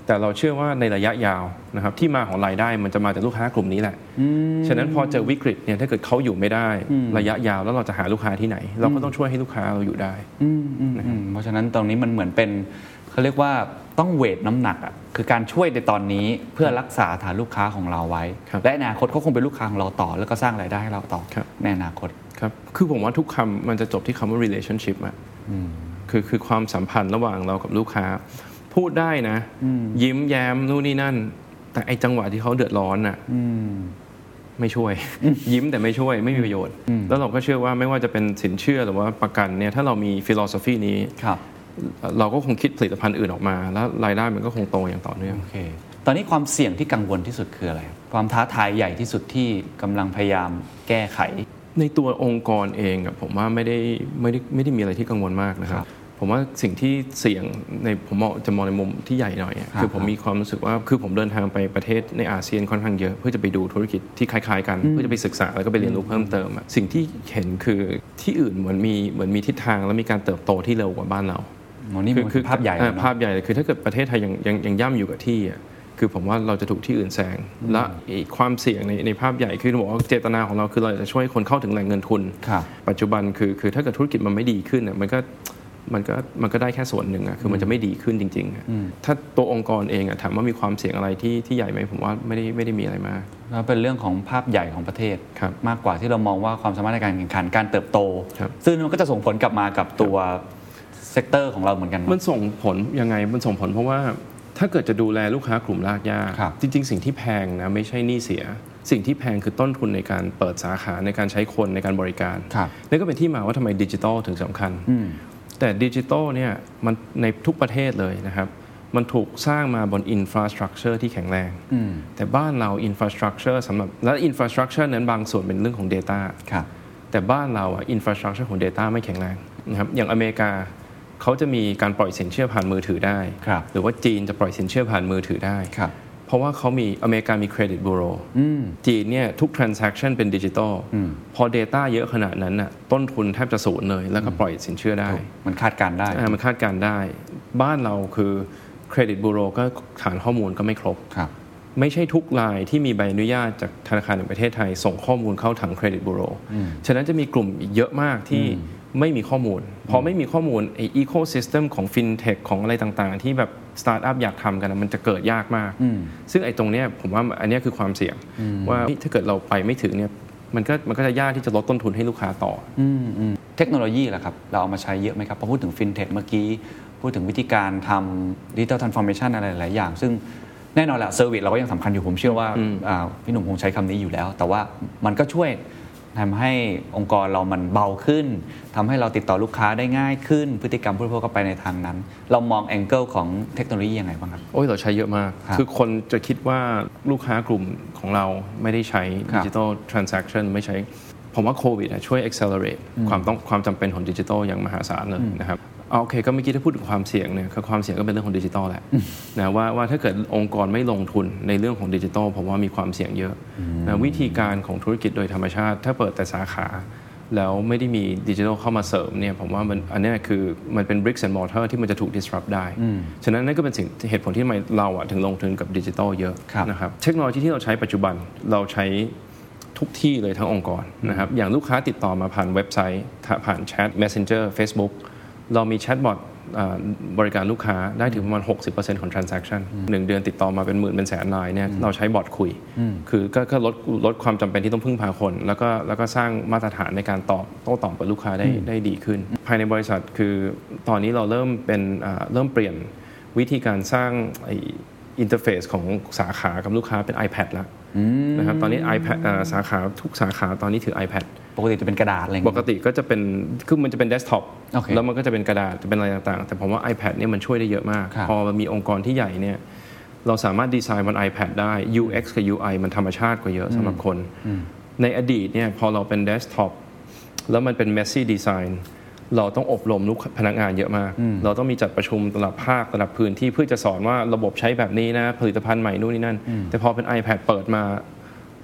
แต่เราเชื่อว่าในระยะยาวนะครับที่มาของรายได้มันจะมาจากลูกค้ากลุ่มนี้แหละฉะนั้นพอเจอวิกฤตเนี่ยถ้าเกิดเขาอยู่ไม่ได้ระยะยาวแล้วเราจะหาลูกค้าที่ไหนเราก็ต้องช่วยให้ลูกค้าเราอยู่ได้นะครับเพราะฉะนั้นตรงนี้มันเหมือนเป็นเขาเรียกว่าต้องเวทน้ำหนักอ่ะคือการช่วยในตอนนี้เพื่อรักษาฐานลูกค้าของเราไว้และอนาคตเขาคงเป็นลูกค้าของเราต่อแล้วก็สร้างรายได้ให้เราต่อในอนาคตครับคือผมว่าทุกคำมันจะจบที่คำว่า relationship อ่ะคือคือความสัมพันธ์ระหว่างเรากับลูกค้าพูดได้นะยิ้มแย้มนู่นนี่นั่นแต่ไอ้จังหวะที่เขาเดือดร้อนน่ะไม่ช่วยยิ้มแต่ไม่ช่วยไม่มีประโยชน์แล้วเราก็เชื่อว่าไม่ว่าจะเป็นสินเชื่อหรือว่าประกันเนี่ยถ้าเรามีฟิโลโซฟีนี้เราก็คงคิดผลิตภัณฑ์อื่นออกมาแล้วรายได้มันก็คงโตอย่างต่อเนื่องโอเคตอนนี้ความเสี่ยงที่กังวลที่สุดคืออะไรความท้าทายใหญ่ที่สุดที่กำลังพยายามแก้ไขในตัวองค์กรเองอะผมว่าไม่ได้ไม่ได้ไม่ได้มีอะไรที่กังวลมากนะครับผมว่าสิ่งที่เสี่ยงในผมจะมองในมุมที่ใหญ่หน่อยคือผมมีความรู้สึกว่าคือผมเดินทางไปประเทศในอาเซียนค่อนข้างเยอะเพื่อจะไปดูธุรกิจที่คล้ายๆกันเพื่อจะไปศึกษาแล้วก็ไปเรียนรู้เพิ่มเติมสิ่งที่เห็นคือที่อื่นเหมือนมีเหมือนมีทิศทางและมีการเติบโตที่เร็วกว่าบ้านเราคือภาพใหญ่ภาพใหญ่เลยคือถ้าเกิดประเทศไทยยังยังยังย่ำอยู่กับที่คือผมว่าเราจะถูกที่อื่นแซงและความเสี่ยงในในภาพใหญ่คือบอกว่าเจตนาของเราคือเราจะช่วยคนเข้าถึงแหล่งเงินทุนปัจจุบันคือคือถ้าเกิดธุรกิจมันไม่ดีขึ้นมันก็มันก็มันก็ได้แค่ส่วนหนึ่งอะคือมันจะไม่ดีขึ้นจริงๆถ้าตัวองค์กรเองอะถามว่ามีความเสี่ยงอะไรที่ที่ใหญ่ไหมผมว่าไม่ได้ไม่ได้มีอะไรมากแล้วเป็นเรื่องของภาพใหญ่ของประเทศมากกว่าที่เรามองว่าความสามารถในการแข่งขันการเติบโตซึ่งมันก็จะส่งผลกลับมากับตัวเซกเตอร์ของเราเหมือนกันมันส่งผลยังไงมันส่งผลเพราะว่าถ้าเกิดจะดูแลลูกค้ากลุ่มรากหญ้าจริงๆสิ่งที่แพงนะไม่ใช่หนี้เสียสิ่งที่แพงคือต้นทุนในการเปิดสาขาในการใช้คนในการบริการนี่ก็เป็นที่มาว่าทำไมดิจิทัลถึงสำคัญแต่ดิจิทัลเนี่ยมันในทุกประเทศเลยนะครับมันถูกสร้างมาบนอินฟราสตรักเจอร์ที่แข็งแรงแต่บ้านเราอินฟราสตรักเจอร์สำหรับและอินฟราสตรักเจอร์นั้นบางส่วนเป็นเรื่องของ Data แต่บ้านเราอ่ะอินฟราสตรักเจอร์ของ Data ไม่แข็งแรงนะครับอย่างอเมริกาเขาจะมีการปล่อยสินเชื่อผ่านมือถือได้หรือว่าจีนจะปล่อยสินเชื่อผ่านมือถือได้เพราะว่าเขามีอเมริกามีเครดิตบูโรจีนเนี่ยทุก transaction เป็นดิจิตอลพอ Data เยอะขนาดนั้นน่ะต้นทุนแทบจะศูนย์เลยแล้วก็ปล่อยสินเชื่อได้มันคาดการได้มันคาดการได้บ้านเราคือเครดิตบูโรก็ฐานข้อมูลก็ไม่ครบไม่ใช่ทุกรายที่มีใบอนุญาตจากธนาคารแห่งประเทศไทยส่งข้อมูลเข้าถังเครดิตบูโรฉะนั้นจะมีกลุ่มอีกเยอะมากที่ไม่มีข้อมูลพอไม่มีข้อมูลไอ้อีโคซิสเต็มของฟินเทคของอะไรต่างๆที่แบบสตาร์ทอัพอยากทำกันมันจะเกิดยากมากซึ่งไอ้ตรงเนี้ยผมว่าอันนี้คือความเสี่ยงว่าถ้าเกิดเราไปไม่ถึงเนี่ยมันก็มันก็จะยากที่จะลดต้นทุนให้ลูกค้าต่อเทคโนโลยีล่ะครับเราเอามาใช้เยอะไหมครับพอพูดถึงฟินเทคเมื่อกี้พูดถึงวิธีการทำดิจิทัลทรานส์ฟอร์เมชันอะไรหลายอย่างซึ่งแน่นอนแหละเซอร์วิสเราก็ยังสำคัญอยู่ผมเชื่อว่าพี่หนุ่มคงใช้คำนี้อยู่แล้วแต่ว่ามันก็ช่วยทำให้องค์กรเรามันเบาขึ้นทำให้เราติดต่อลูกค้าได้ง่ายขึ้นพฤติกรรมผู้บริโภคก็ไปในทางนั้นเรามองแองเกิลของเทคโนโลยียังไงบ้างครับโอ้ยเราใช้เยอะมากคือคนจะคิดว่าลูกค้ากลุ่มของเราไม่ได้ใช้ดิจิทัลทรานแซคชันไม่ใช้ผมว่าโควิดช่วย accelerate ความต้องความจำเป็นของดิจิทัลอย่างมหาศาลเลยนะครับโอเคก็เมื่อกี้ถ้าพูดถึงความเสี่ยงเนี่ยความเสี่ยงก็เป็นเรื่องของดิจิทัลแหละนะว่าว่าถ้าเกิดองค์กรไม่ลงทุนในเรื่องของดิจิทัลผมว่ามีความเสี่ยงเยอะนะวิธีการของธุรกิจโดยธรรมชาติถ้าเปิดแต่สาขาแล้วไม่ได้มีดิจิทัลเข้ามาเสริมเนี่ยผมว่ามันอันนี้คือมันเป็น bricks and mortar ที่มันจะถูก disrupt ได้ฉะนั้นนั่นก็เป็นสิ่งเหตุผลที่ทำไมเราอะถึงลงทุนกับดิจิทัลเยอะนะครับเทคโนโลยีที่เราใช้ปัจจุบันเราใช้ทุกที่เลยทั้งองค์กรนะครับอย่างลูกค้าติดต่อมาผ่านเว็บไซต์ผ่านแชท Messenger Facebookเรามีแชทบอทบริการลูกค้าได้ถึงประมาณ หกสิบเปอร์เซ็นต์ ของ transaction หนึ่งเดือนติดต่อมาเป็นหมื่นเป็นแสนรายเนี่ยเราใช้บอทคุยคือก็ก็ลดลดความจำเป็นที่ต้องพึ่งพาคนแล้วก็แล้วก็สร้างมาตรฐานในการตอบโต้ตอบกับลูกค้าได้ได้ดีขึ้นภายในบริษัทคือตอนนี้เราเริ่มเป็นเริ่มเปลี่ยนวิธีการสร้างอินเทอร์เฟซของสาขากับลูกค้าเป็น iPad แล้วนะครับตอนนี้ iPad สาขาทุกสาขาตอนนี้ถือ iPad ปกติจะเป็นกระดาษอะไรปกติก็จะเป็นคือมันจะเป็นเดสก์ท็อปแล้วมันก็จะเป็นกระดาษจะเป็นอะไรต่างๆแต่ผมว่า iPad เนี่ยมันช่วยได้เยอะมากพอมันมีองค์กรที่ใหญ่เนี่ยเราสามารถดีไซน์บน iPad ได้ ยู เอ็กซ์ กับ ยู ไอ มันธรรมชาติกว่าเยอะสำหรับคนในอดีตเนี่ยพอเราเป็นเดสก์ท็อปแล้วมันเป็น messy design เราต้องอบรมลูกพนักงานเยอะมากเราต้องมีจัดประชุมระดับภาคระดับพื้นที่เพื่อจะสอนว่าระบบใช้แบบนี้นะผลิตภัณฑ์ใหม่นู่นนี่นั่นแต่พอเป็น iPad เปิดมา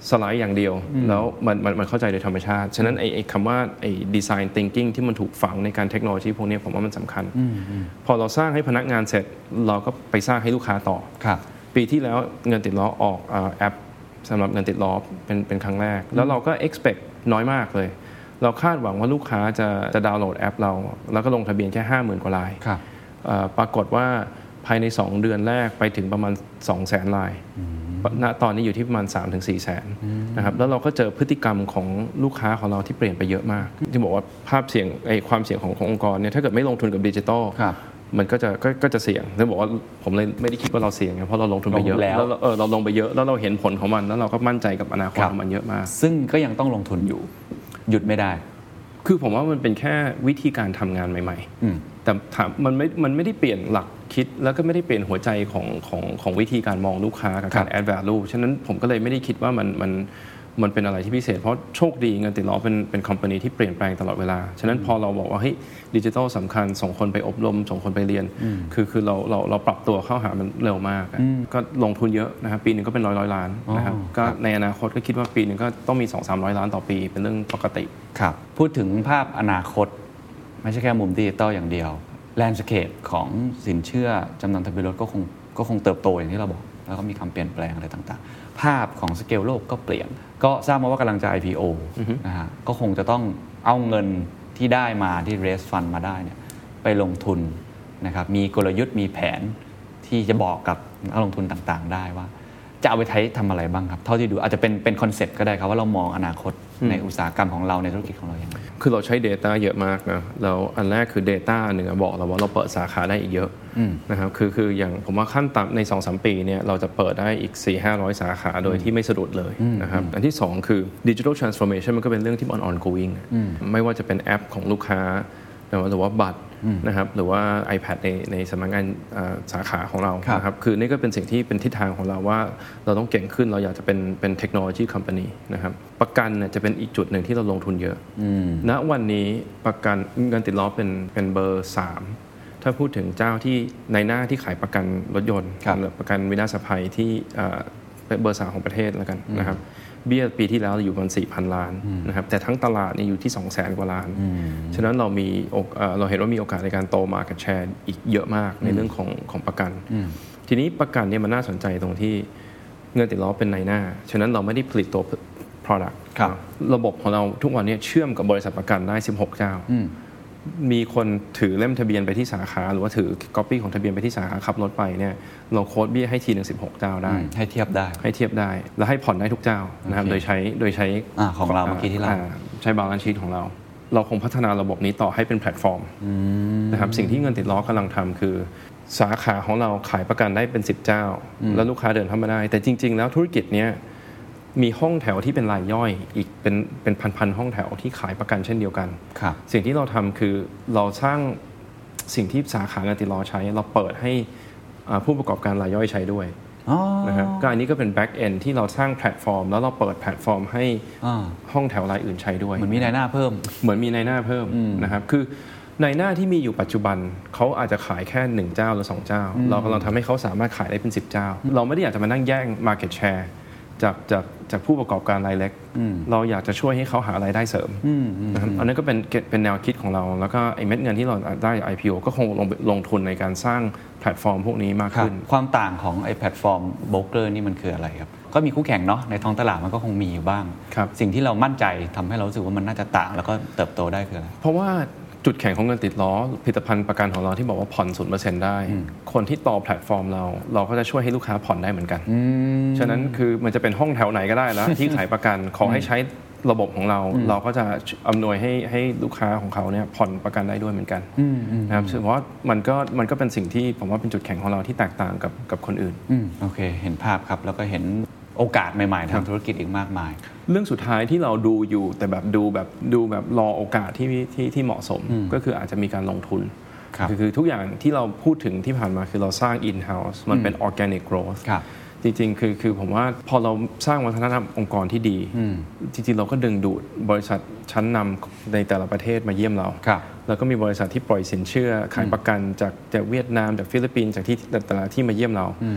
สไลด์อย่างเดียวแล้วมันมันมันเข้าใจโดยธรรมชาติฉะนั้นไอ้ไอ้คำว่าไอ้ design thinking ที่มันถูกฝังในการเทคโนโลยีพวกนี้ผมว่ามันสำคัญพอเราสร้างให้พนักงานเสร็จเราก็ไปสร้างให้ลูกค้าต่อปีที่แล้วเงินติดล้อออกแอปสำหรับเงินติดล้อเป็นเป็นครั้งแรกแล้วเราก็ expect น้อยมากเลยเราคาดหวังว่าลูกค้าจะจะดาวน์โหลดแอปเราแล้วก็ลงทะเบียนแค่ ห้าหมื่น กว่ารายปรากฏว่าภายในสองเดือนแรกไปถึงประมาณ สองแสน รายณตอนนี้อยู่ที่ประมาณ สามถึงสี่ แสนนะครับแล้วเราก็เจอพฤติกรรมของลูกค้าของเราที่เปลี่ยนไปเยอะมากที่บอกว่าภาพเสี่ยงไอ้ความเสี่ยงของขององค์กรเนี่ยถ้าเกิดไม่ลงทุนกับดิจิทัลมันก็จะก็ก็จะเสี่ยงจะบอกว่าผมเลยไม่ได้คิดว่าเราเสี่ยงเพราะเราลงทุนไปเยอะแล้วเออเราลงไปเยอะแล้วเราเห็นผลของมันแล้วเราก็มั่นใจกับอนาคตของมันเยอะมากซึ่งก็ยังต้องลงทุนอยู่หยุดไม่ได้คือผมว่ามันเป็นแค่วิธีการทำงานใหม่ๆแต่ถามมันไม่มันไม่ได้เปลี่ยนหลักคิดแล้วก็ไม่ได้เปลี่ยนหัวใจของของของวิธีการมองลูกค้ากับการ add value ฉะนั้นผมก็เลยไม่ได้คิดว่ามันมันมันเป็นอะไรที่พิเศษเพราะโชคดีเงินติดล้อเป็นเป็นคอมพานีที่เปลี่ยนแปลงตลอดเวลาฉะนั้นพอเราบอกว่าเฮ้ยดิจิทัลสำคัญส่งคนไปอบรมส่งคนไปเรียนคือคือเราเราเราปรับตัวเข้าหามันเร็วมากก็ลงทุนเยอะนะครับปีนึงก็เป็นร้อยร้อยล้านนะครับก็ในอนาคตก็คิดว่าปีนึงก็ต้องมี สองถึงสามร้อย ล้านต่อปีเป็นเรื่องปกติครับพูดถึงภาพอนาคตไม่ใช่แค่มุมดิจิทัลอย่างเดียวแลนด์สเคปของสินเชื่อจำนำทะเบียนรถก็คงก็คงเติบโตอย่างที่เราบอกแล้วก็มีคำเปลี่ยนแปลงอะไรต่างๆภาพของสเกลโลกก็เปลี่ยนก็ทราบมาว่ากำลังจะ ไอ พี โอ นะฮะก็คงจะต้องเอาเงินที่ได้มาที่ raise fund มาได้เนี่ยไปลงทุนนะครับมีกลยุทธ์มีแผนที่จะบอกกับนักลงทุนต่างๆได้ว่าจะเอาไปใช้ทำอะไรบ้างครับเท่าที่ดูอาจจะเป็นเป็นคอนเซ็ปต์ก็ได้ครับว่าเรามองอนาคตในอุตสาหกรรมของเราในธุรกิจของเราอย่างไรคือเราใช้ data เยอะมากนะแล้วอันแรกคือ data หนึ่งบอกเราว่าเราเปิดสาขาได้อีกเยอะนะครับคือคืออย่างผมว่าขั้นต่ำใน สองถึงสาม ปีเนี่ยเราจะเปิดได้อีก สี่ถึงห้าร้อย สาขาโดยที่ไม่สะดุดเลยนะครับอันที่สองคือ digital transformation มันก็เป็นเรื่องที่มัน ongoing ไม่ว่าจะเป็นแอปของลูกค้าหรือว่าบัตรนะครับหรือว่า iPad ในในสำนักงานสาขาของเรานะครับคือนี่ก็เป็นสิ่งที่เป็นทิศทางของเราว่าเราต้องเก่งขึ้นเราอยากจะเป็นเป็นเทคโนโลยีคอมพานีนะครับประกันเนี่ยจะเป็นอีกจุดหนึ่งที่เราลงทุนเยอะณวันนี้ประกันเงินติดล้อเป็นเป็นเบอร์สามถ้าพูดถึงเจ้าที่ในหน้าที่ขายประกันรถยนต์ประกันวินาศภัยที่เป็นเบอร์สามของประเทศแล้วกันนะครับเบี้ยปีที่แล้วอยู่ประมาณ สี่พัน ล้านนะครับแต่ทั้งตลาดนี่อยู่ที่ สองแสน กว่าล้านฉะนั้นเรามีเราเห็นว่ามีโอกาสในการโต market share อีกเยอะมากในเรื่องของของประกันทีนี้ประกันเนี่ยมันน่าสนใจตรงที่เงินติดล้อเป็นนายหน้าฉะนั้นเราไม่ได้ผลิตตัว product ระบบของเราทุกวันนี้เชื่อมกับบริษัทประกันได้สิบหกเจ้ามีคนถือเล่มทะเบียนไปที่สาขาหรือว่าถือก๊อปปี้ของทะเบียนไปที่สาขาขับรถไปเนี่ยเราโค้ดเบี้ยให้ทีนึงสิบหกเจ้าได้ให้เทียบได้ให้เทียบได้แล้วให้ผ่อนได้ทุกเจ้านะครับโดยใช้โดยใช้ของเราเมื่อกี้ที่เราใช้บาลานซ์ชีทของเราเราคงพัฒนาระบบนี้ต่อให้เป็นแพลตฟอร์มนะครับสิ่งที่เงินติดล้อกำลังทำคือสาขาของเราขายประกันได้เป็นสิบเจ้าแล้วลูกค้าเดินเข้ามาได้แต่จริงๆแล้วธุรกิจเนี้ยมีห้องแถวที่เป็นรายย่อยอีกเป็นเป็นพันๆห้องแถวที่ขายประกันเช่นเดียวกันสิ่งที่เราทำคือเราสร้างสิ่งที่สาขาเงินติดล้อใช้เราเปิดให้ผู้ประกอบการรายย่อยใช้ด้วยนะครับก็อันนี้ก็เป็น back end ที่เราสร้างแพลตฟอร์มแล้วเราเปิดแพลตฟอร์มให้ห้องแถวรายอื่นใช้ด้วยเหมือนมีนายหน้าเพิ่มเหมือนมีนายหน้าเพิ่มนะครับคือในหน้าที่มีอยู่ปัจจุบันเขาอาจจะขายแค่หนึ่งเจ้าหรือสองเจ้าเรากำลังทำให้เขาสามารถขายได้เป็นสิบเจ้าเราไม่ได้อยากจะมานั่งแย่ง market shareจากจากจากผู้ประกอบการรายเล็กเราอยากจะช่วยให้เขาหารายได้เสริมนะครับอันนั้นก็เป็นเป็นแนวคิดของเราแล้วก็ไอ้เม็ดเงินที่เราได้ ไอ พี โอ ก็คงลงลงทุนในการสร้างแพลตฟอร์มพวกนี้มากขึ้นความต่างของไอ้แพลตฟอร์มโบรกเกอร์นี่มันคืออะไรครับก็มีคู่แข่งเนาะในท้องตลาดมันก็คงมีอยู่บ้างสิ่งที่เรามั่นใจทำให้เรารู้สึกว่ามันน่าจะต่างแล้วก็เติบโตได้คืออะไรเพราะว่าจุดแข็งของเงินติดล้อผลิตภัณฑ์ประกันของเราที่บอกว่าผ่อน ศูนย์เปอร์เซ็นต์ ได้คนที่ต่อแพลตฟอร์มเราเราก็จะช่วยให้ลูกค้าผ่อนได้เหมือนกันฉะนั้นคือมันจะเป็นห้องแถวไหนก็ได้แล้ว ที่ขายประกันขอให้ใช้ระบบของเราเราก็จะอำนวยให้ให้ลูกค้าของเขาเนี่ยผ่อนประกันได้ด้วยเหมือนกันนะครับเพราะว่ามันก็มันก็เป็นสิ่งที่ผมว่าเป็นจุดแข็งของเราที่แตกต่างกับกับคนอื่นโอเคเห็นภาพครับแล้วก็เห็นโอกาสใหม่ๆทางธุรกิจอีกมากมายเรื่องสุดท้ายที่เราดูอยู่แต่แบบดูแบบดูแบบรอโอกาสที่ที่ที่เหมาะสมก็คืออาจจะมีการลงทุนคือคือทุกอย่างที่เราพูดถึงที่ผ่านมาคือเราสร้าง in-house มันเป็น organic growth จริงๆคือคือผมว่าพอเราสร้างวัฒนธรรมองค์กรที่ดีจริงๆเราก็ดึงดูดบริษัทชั้นนำในแต่ละประเทศมาเยี่ยมเราแล้วก็มีบริษัทที่ปล่อยสินเชื่อขายประกันจากจากเวียดนามจากฟิลิปปินส์จากที่แต่ละที่มาเยี่ยมเรา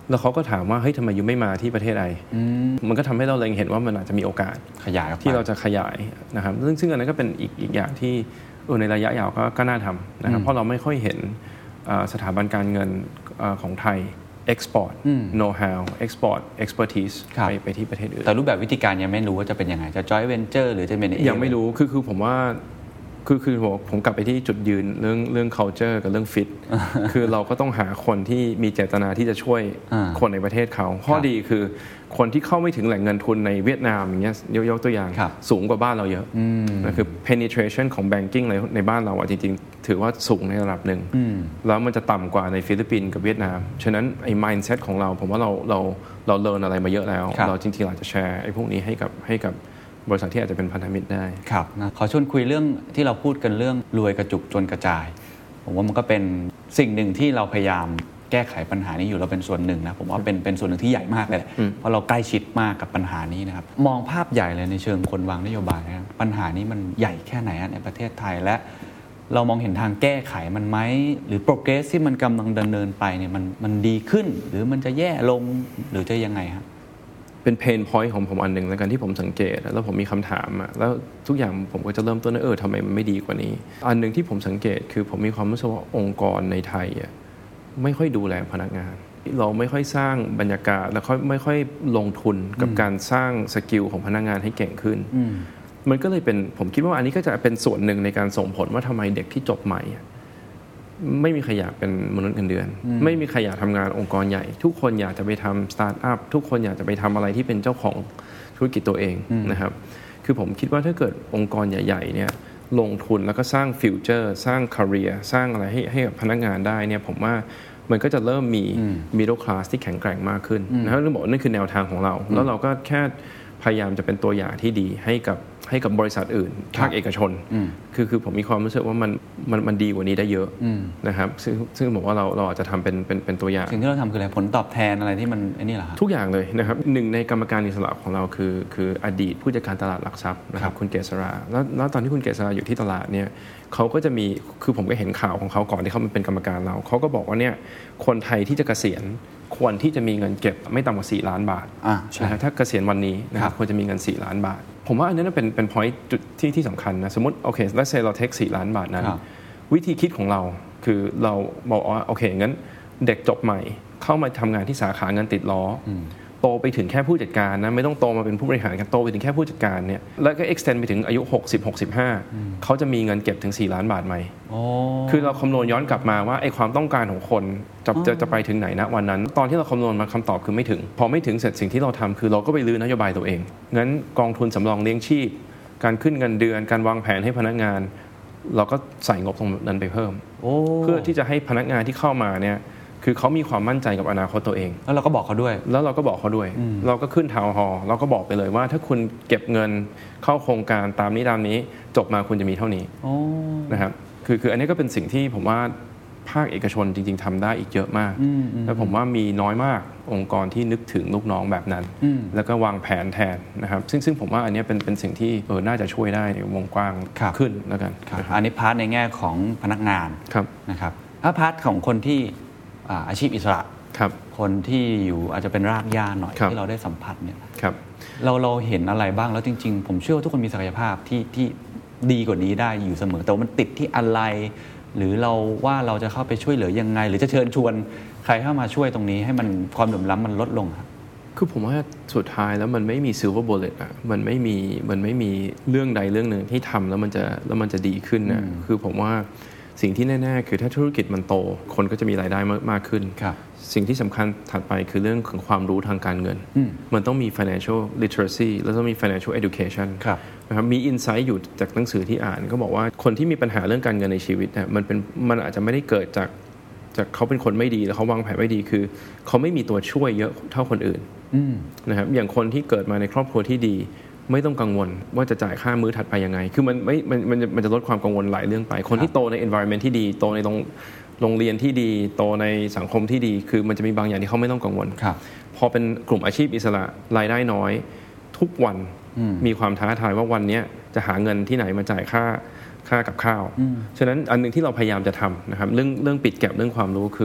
แล้วเขาก็ถามว่าเฮ้ยทำไมยูไม่มาที่ประเทศไทยมันก็ทำให้เราเล็งเห็นว่ามันอาจจะมีโอกาสขยายที่เราจะขยายนะครับซึ่งซึ่งอันนั้นก็เป็นอีกอีกอย่างที่ในระยะยาวก็ก็น่าทำนะครับเพราะเราไม่ค่อยเห็นสถาบันการเงินของไทย export know how export expertise ไปไปที่ประเทศอื่นแต่รูปแบบวิธีการยังไม่รู้ว่าจะเป็นยังไงจะ joint venture หรือจะเป็นยังไม่รู้คือคือผมว่าคือคือผมกลับไปที่จุดยืนเรื่องเรื่อง culture กับเรื่อง fit คือเราก็ต้องหาคนที่มีเจตนาที่จะช่วยคนในประเทศเขาข้อดีคือคนที่เข้าไม่ถึงแหล่งเงินทุนในเวียดนามอย่างเงี้ยยกตัวอย่างสูงกว่าบ้านเราเยอะนะคือ penetration ของ banking ในในบ้านเราอ่ะจริงๆถือว่าสูงในระดับหนึ่งแล้วมันจะต่ำกว่าในฟิลิปปินส์กับเวียดนามฉะนั้นไอ้ mindset ของเราผมว่าเราเราเราเรียนอะไรมาเยอะแล้วเราจริงๆอาจจะแชร์ไอ้พวกนี้ให้กับให้กับบริษัทที่อาจจะเป็นพันธมิตรได้ครับนะขอชวนคุยเรื่องที่เราพูดกันเรื่องรวยกระจุกจนกระจายผมว่ามันก็เป็นสิ่งหนึ่งที่เราพยายามแก้ไขปัญหานี้อยู่เราเป็นส่วนหนึ่งนะผมว่าเป็นเป็นส่วนหนึ่งที่ใหญ่มากเลยเพราะเราใกล้ชิดมากกับปัญหานี้นะครับมองภาพใหญ่เลยในเชิงคนวางนโยบายนะปัญหานี้มันใหญ่แค่ไหนในประเทศไทยและเรามองเห็นทางแก้ไขมันไหมหรือโปรเกรสที่มันกำลังดำเนินไปเนี่ยมันมันดีขึ้นหรือมันจะแย่ลงหรือจะยังไงครับเป็นเพนพอยต์ของผมอันหนึ่งแล้วกันที่ผมสังเกตแล้วผมมีคำถามอ่ะแล้วทุกอย่างผมก็จะเริ่มต้นเออทำไมมันไม่ดีกว่านี้อันหนึ่งที่ผมสังเกตคือผมมีความรู้สึกว่าองค์กรในไทยอ่ะไม่ค่อยดูแลพนักงานเราไม่ค่อยสร้างบรรยากาศแล้วค่อยไม่ค่อยลงทุนกับการสร้างสกิลของพนักงานให้เก่งขึ้นมันก็เลยเป็นผมคิดว่าอันนี้ก็จะเป็นส่วนหนึ่งในการส่งผลว่าทำไมเด็กที่จบใหม่ไม่มีใครอยากเป็นมนุษย์เงินเดือนไม่มีใครอยากทำงานองค์กรใหญ่ทุกคนอยากจะไปทำสตาร์ทอัพทุกคนอยากจะไปทำอะไรที่เป็นเจ้าของธุรกิจตัวเองนะครับคือผมคิดว่าถ้าเกิดองค์กรใหญ่ๆเนี่ยลงทุนแล้วก็สร้างฟิวเจอร์สร้างคาเรียสร้างอะไรให้ให้กับพนักงานได้เนี่ยผมว่ามันก็จะเริ่มมี middle class ที่แข็งแกร่งมากขึ้นนะครับเราบอกนั่นคือแนวทางของเราแล้วเราก็แค่พยายามจะเป็นตัวอย่างที่ดีให้กับให้กับบริษัทอื่นภาคเอกชนคือคือผมมีความรู้สึกว่ามันมันมันดีกว่านี้ได้เยอะนะครับซึ่งซึ่งบอกว่าเราเราอาจจะทำเป็นเป็นเป็นตัวอย่างสิ่งที่เราทำคืออะไรผลตอบแทนอะไรที่มันไอ้นี่เหรอทุกอย่างเลยนะครับหนึ่งในกรรมการอิสระของเราคือคืออดีตผู้จัดการตลาดหลักทรัพย์นะครับคุณเกษราแล้วแล้วตอนที่คุณเกษราอยู่ที่ตลาดเนี่ยเขาก็จะมีคือผมก็เห็นข่าวของเขาก่อนที่เขาเป็นกรรมการเราเขาก็บอกว่าเนี่ยคนไทยที่จะเกษียณควรที่จะมีเงินเก็บไม่ต่ำกว่าสี่ล้านบาทนะถ้าเกษียณวันนี้นะครับควรจะมีเงินสี่ล้านบาทผมว่าอันนั้นเป็นเป็น point จุดที่ที่สำคัญนะสมมติโอเค let's say เราเทคสี่ล้านบาทนั้นวิธีคิดของเราคือเราบอกว่าโอเคงั้นเด็กจบใหม่เข้ามาทำงานที่สาขาเงินติดล้อโตไปถึงแค่ผู้จัดการนะไม่ต้องโตมาเป็นผู้บริหารกันโตไปถึงแค่ผู้จัดการเนี่ยแล้วก็ extend ไปถึงอายุหกสิบ หกสิบห้าเขาจะมีเงินเก็บถึงสี่ล้านบาทไหมคือเราคำนวณย้อนกลับมาว่าไอ้ความต้องการของคนจะจะจะไปถึงไหนณวันนั้นตอนที่เราคำนวณมาคำตอบคือไม่ถึงพอไม่ถึงเสร็จสิ่งที่เราทำคือเราก็ไปรื้อนโยบายตัวเองงั้นกองทุนสำรองเลี้ยงชีพการขึ้นเงินเดือนการวางแผนให้พนักงานเราก็ใส่งบตรงนั้นไปเพิ่มเพื่อที่จะให้พนักงานที่เข้ามาเนี่ยคือเขามีความมั่นใจกับอนาคตตัวเองแล้วเราก็บอกเขาด้วยแล้วเราก็บอกเขาด้วยเราก็ขึ้นทาวน์ฮอลล์เราก็บอกไปเลยว่าถ้าคุณเก็บเงินเข้าโครงการตามนี้ตามนี้จบมาคุณจะมีเท่านี้นะครับคือคืออันนี้ก็เป็นสิ่งที่ผมว่าภาคเอกชนจริงๆทำได้อีกเยอะมากแล้วผมว่ามีน้อยมากองค์กรที่นึกถึงลูกน้องแบบนั้นแล้วก็วางแผนแทนนะครับซึ่งซึ่งผมว่าอันนี้เป็นเป็นสิ่งที่เออน่าจะช่วยได้ในวงกว้างขึ้นแล้วกันอันนี้พาร์ทในแง่ของพนักงานนะครับถ้าพาร์ทของคนที่อาชีพอิสระครับคนที่อยู่อาจจะเป็นรากหญ้าหน่อยที่เราได้สัมผัสเนี่ยเราเราเห็นอะไรบ้างแล้วจริงๆผมเชื่อว่าทุกคนมีศักยภาพที่ที่ดีกว่านี้ได้อยู่เสมอแต่ว่ามันติดที่อะไรหรือเราว่าเราจะเข้าไปช่วยเหลือยังไงหรือจะเชิญชวนใครเข้ามาช่วยตรงนี้ให้มันความเหลื่อมล้ำมันลดลงครับคือผมว่าสุดท้ายแล้วมันไม่มี silver bullet อ่ะมันไม่มีมันไม่มีเรื่องใดเรื่องหนึ่งที่ทำแล้วมันจะแล้วมันจะดีขึ้นนะคือผมว่าสิ่งที่แน่ๆคือถ้าธุรกิจมันโตคนก็จะมีรายได้มากขึ้นสิ่งที่สำคัญถัดไปคือเรื่องของความรู้ทางการเงินมันต้องมี financial literacy แล้วต้องมี financial education นะครับมี insight อยู่จากหนังสือที่อ่านก็บอกว่าคนที่มีปัญหาเรื่องการเงินในชีวิตเนี่ยมันเป็นมันอาจจะไม่ได้เกิดจากจากเขาเป็นคนไม่ดีแล้วเขาวางแผนไม่ดีคือเขาไม่มีตัวช่วยเยอะเท่าคนอื่นนะครับอย่างคนที่เกิดมาในครอบครัวที่ดีไม่ต้องกังวลว่าจะจ่ายค่ามื้อถัดไปยังไงคือมันไม่มันมันมันจะลดความกังวลหลายเรื่องไปคนที่โตใน environment ที่ดีโตในโรงโรงเรียนที่ดีโตในสังคมที่ดีคือมันจะมีบางอย่างที่เขาไม่ต้องกังวลพอเป็นกลุ่มอาชีพอิสระรายได้น้อยทุกวันมีความท้าทายว่าวันนี้จะหาเงินที่ไหนมาจ่ายค่าค่ากับข้าวฉะนั้นอันนึงที่เราพยายามจะทำนะครับเรื่องเรื่องปิดแก็ปเรื่องความรู้คือ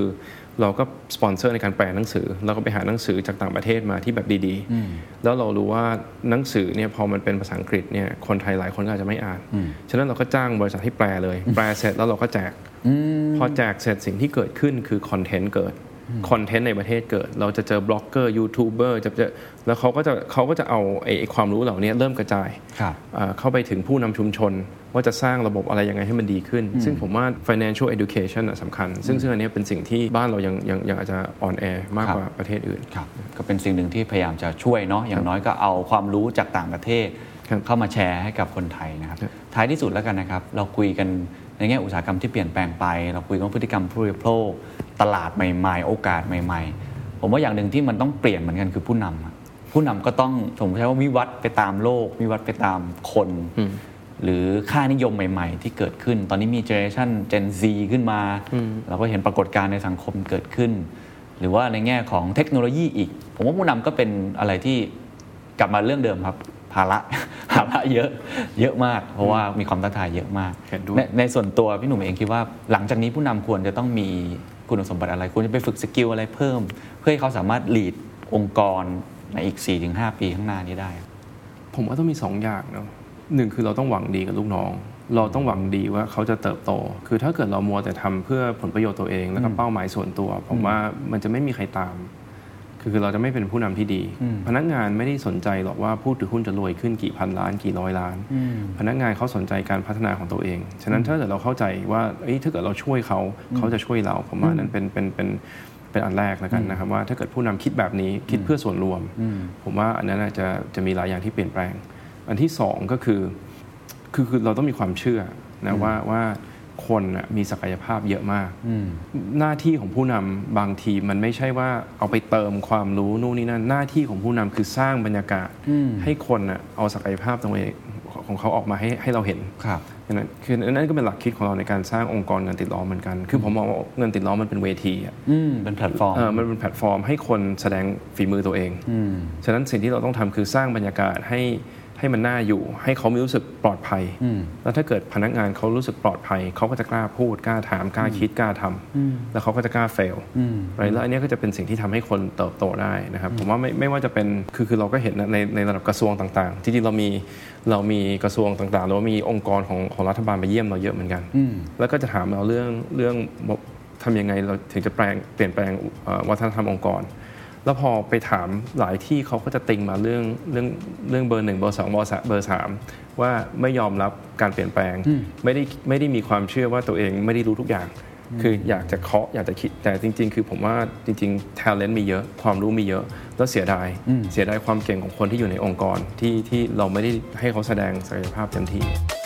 เราก็สปอนเซอร์ในการแปลหนังสือเราก็ไปหาหนังสือจากต่างประเทศมาที่แบบดีๆแล้วเรารู้ว่าหนังสือเนี่ยพอมันเป็นภาษาอังกฤษเนี่ยคนไทยหลายคนก็อาจจะไม่อ่านฉะนั้นเราก็จ้างบริษัทที่แปลเลยแปลเสร็จแล้วเราก็แจกพอแจกเสร็จสิ่งที่เกิดขึ้นคือคอนเทนต์เกิดคอนเทนต์ในประเทศเกิดเราจะเจอบล็อกเกอร์ยูทูบเบอร์จะจะแล้วเขาก็จะเขาก็จะเอาไอ้ความรู้เหล่านี้เริ่มกระจายเข้าไปถึงผู้นำชุมชนว่าจะสร้างระบบอะไรยังไงให้มันดีขึ้นซึ่งผมว่า financial education สำคัญซึ่งซึ่งอันนี้เป็นสิ่งที่บ้านเรายังยังยังอาจจะอ่อนแอมากกว่าประเทศอื่นก็เป็นสิ่งหนึ่งที่พยายามจะช่วยเนาะอย่างน้อยก็เอาความรู้จากต่างประเทศเข้ามาแชร์ให้กับคนไทยนะครับท้ายที่สุดแล้วกันนะครับเราคุยกันในแง่อุตสาหกรรมที่เปลี่ยนแปลงไปเราคุยกันพฤติกรรมผู้บริโภคตลาดใหม่ๆโอกาสใหม่ๆผมว่าอย่างหนึ่งที่มันต้องเปลี่ยนเหมือนกันคือผู้นำผู้นำก็ต้องผมใช้ว่าวิวัฒน์ไปตามโลกวิวัฒน์ไปตามคนหรือค่านิยมใหม่ๆที่เกิดขึ้นตอนนี้มีเจเนอเรชัน Gen Z ขึ้นมาเราก็เห็นปรากฏการณ์ในสังคมเกิดขึ้นหรือว่าในแง่ของเทคโนโลยีอีกผมว่าผู้นำก็เป็นอะไรที่กลับมาเรื่องเดิมครับภาระภาระเยอะเยอะมากเพราะว่ามีความท้าทายเยอะมากในในส่วนตัวพี่หนุ่มเองคิดว่าหลังจากนี้ผู้นำควรจะต้องมีคุณสมบัติอะไรควรจะไปฝึกสกิลอะไรเพิ่มเพื่อให้เขาสามารถลีดองค์กรในอีก สี่ถึงห้า ปีข้างหน้านี้ได้ผมว่าต้องมีสองอย่างเนาะหนึ่งคือเราต้องหวังดีกับลูกน้องเราต้องหวังดีว่าเขาจะเติบโตคือถ้าเกิดเรามัวแต่ทำเพื่อผลประโยชน์ตัวเองแล้วก็เป้าหมายส่วนตัวผมว่ามันจะไม่มีใครตามคือเราจะไม่เป็นผู้นำที่ดีพนักงานไม่ได้สนใจหรอกว่าผู้ถือหุ้นจะรวยขึ้นกี่พันล้านกี่ร้อยล้านพนักงานเขาสนใจการพัฒนาของตัวเองฉะนั้นถ้าเกิดเราเข้าใจว่าถ้าเกิดเราช่วยเขาเขาจะช่วยเราผมว่านั้นเป็นเป็นเป็นเป็นอันแรกแล้วกันนะครับว่าถ้าเกิดผู้นำคิดแบบนี้คิดเพื่อส่วนรวมผมว่าอันนั้นจะจะมีหลายอย่างที่เปลี่ยนแปลงอันที่สองก็คือคือคือเราต้องมีความเชื่อนะว่าว่าคนมีศักยภาพเยอะมากหน้าที่ของผู้นำบางทีมันไม่ใช่ว่าเอาไปเติมความรู้นู่นนี่นั่นหน้าที่ของผู้นำคือสร้างบรรยากาศให้คนเอาศักยภาพตรงนี้ของเขาออกมาให้ให้เราเห็นนั่นคือนั่นก็เป็นหลักคิดของเราในการสร้างองค์กรเงินติดล้อเหมือนกันคือผมมองว่าเงินติดล้อมันเป็นเวทีอ่ะเป็นแพลตฟอร์มเออมันเป็นแพลตฟอร์มให้คนแสดงฝีมือตัวเองฉะนั้นสิ่งที่เราต้องทำคือสร้างบรรยากาศให้ให้มันน่าอยู่ให้เขามีรู้สึกปลอดภัยแล้วถ้าเกิดพนักงานเขารู้สึกปลอดภัยเขาก็จะกล้าพูดกล้าถามกล้าคิดกล้าทำแล้วเขาก็จะกล้าเฟลอะไรแล้วอันนี้ก็จะเป็นสิ่งที่ทำให้คนเติบโตได้นะครับผมว่าไม่ไม่ว่าจะเป็นคือคือเราก็เห็นในในระดับกระทรวงต่างๆจริงๆเรามีเรามีกระทรวงต่างๆเรามีองค์กรของของรัฐบาลมาเยี่ยมเราเยอะเหมือนกันแล้วก็จะถามเราเรื่องเรื่องทำยังไงเราถึงจะแปลงเปลี่ยนแปลงวัฒนธรรมองค์กรแล้วพอไปถามหลายที่เขาก็จะติงมาเรื่องเรื่องเรื่องเบอร์หนึ่งเบอร์สองเบอร์สามเบอร์สามว่าไม่ยอมรับการเปลี่ยนแปลงไม่ได้ไม่ได้มีความเชื่อว่าตัวเองไม่ได้รู้ทุกอย่างคืออยากจะเคาะอยากจะคิดแต่จริงๆคือผมว่าจริงๆ talent มีเยอะความรู้มีเยอะแล้วเสียดายเสียดายความเก่งของคนที่อยู่ในองค์กรที่ที่เราไม่ได้ให้เขาแสดงศักยภาพเต็มที่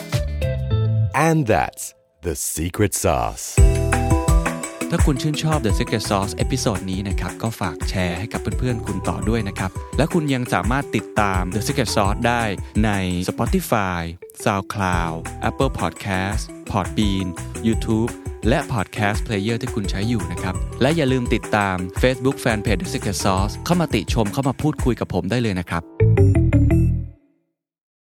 And that's the secret sauce ถ้าคุณชื่นชอบ The Secret Sauce เอพิโซดนี้นะครับก็ฝากแชร์ให้กับเพื่อนๆคุณต่อด้วยนะครับและคุณยังสามารถติดตาม The Secret Sauce ได้ใน Spotify, SoundCloud, Apple Podcast, Podbean, YouTube และ Podcast Player ที่คุณใช้อยู่นะครับและอย่าลืมติดตาม Facebook Fanpage The Secret Sauce เข้ามาติชมเข้ามาพูดคุยกับผมได้เลยนะครับ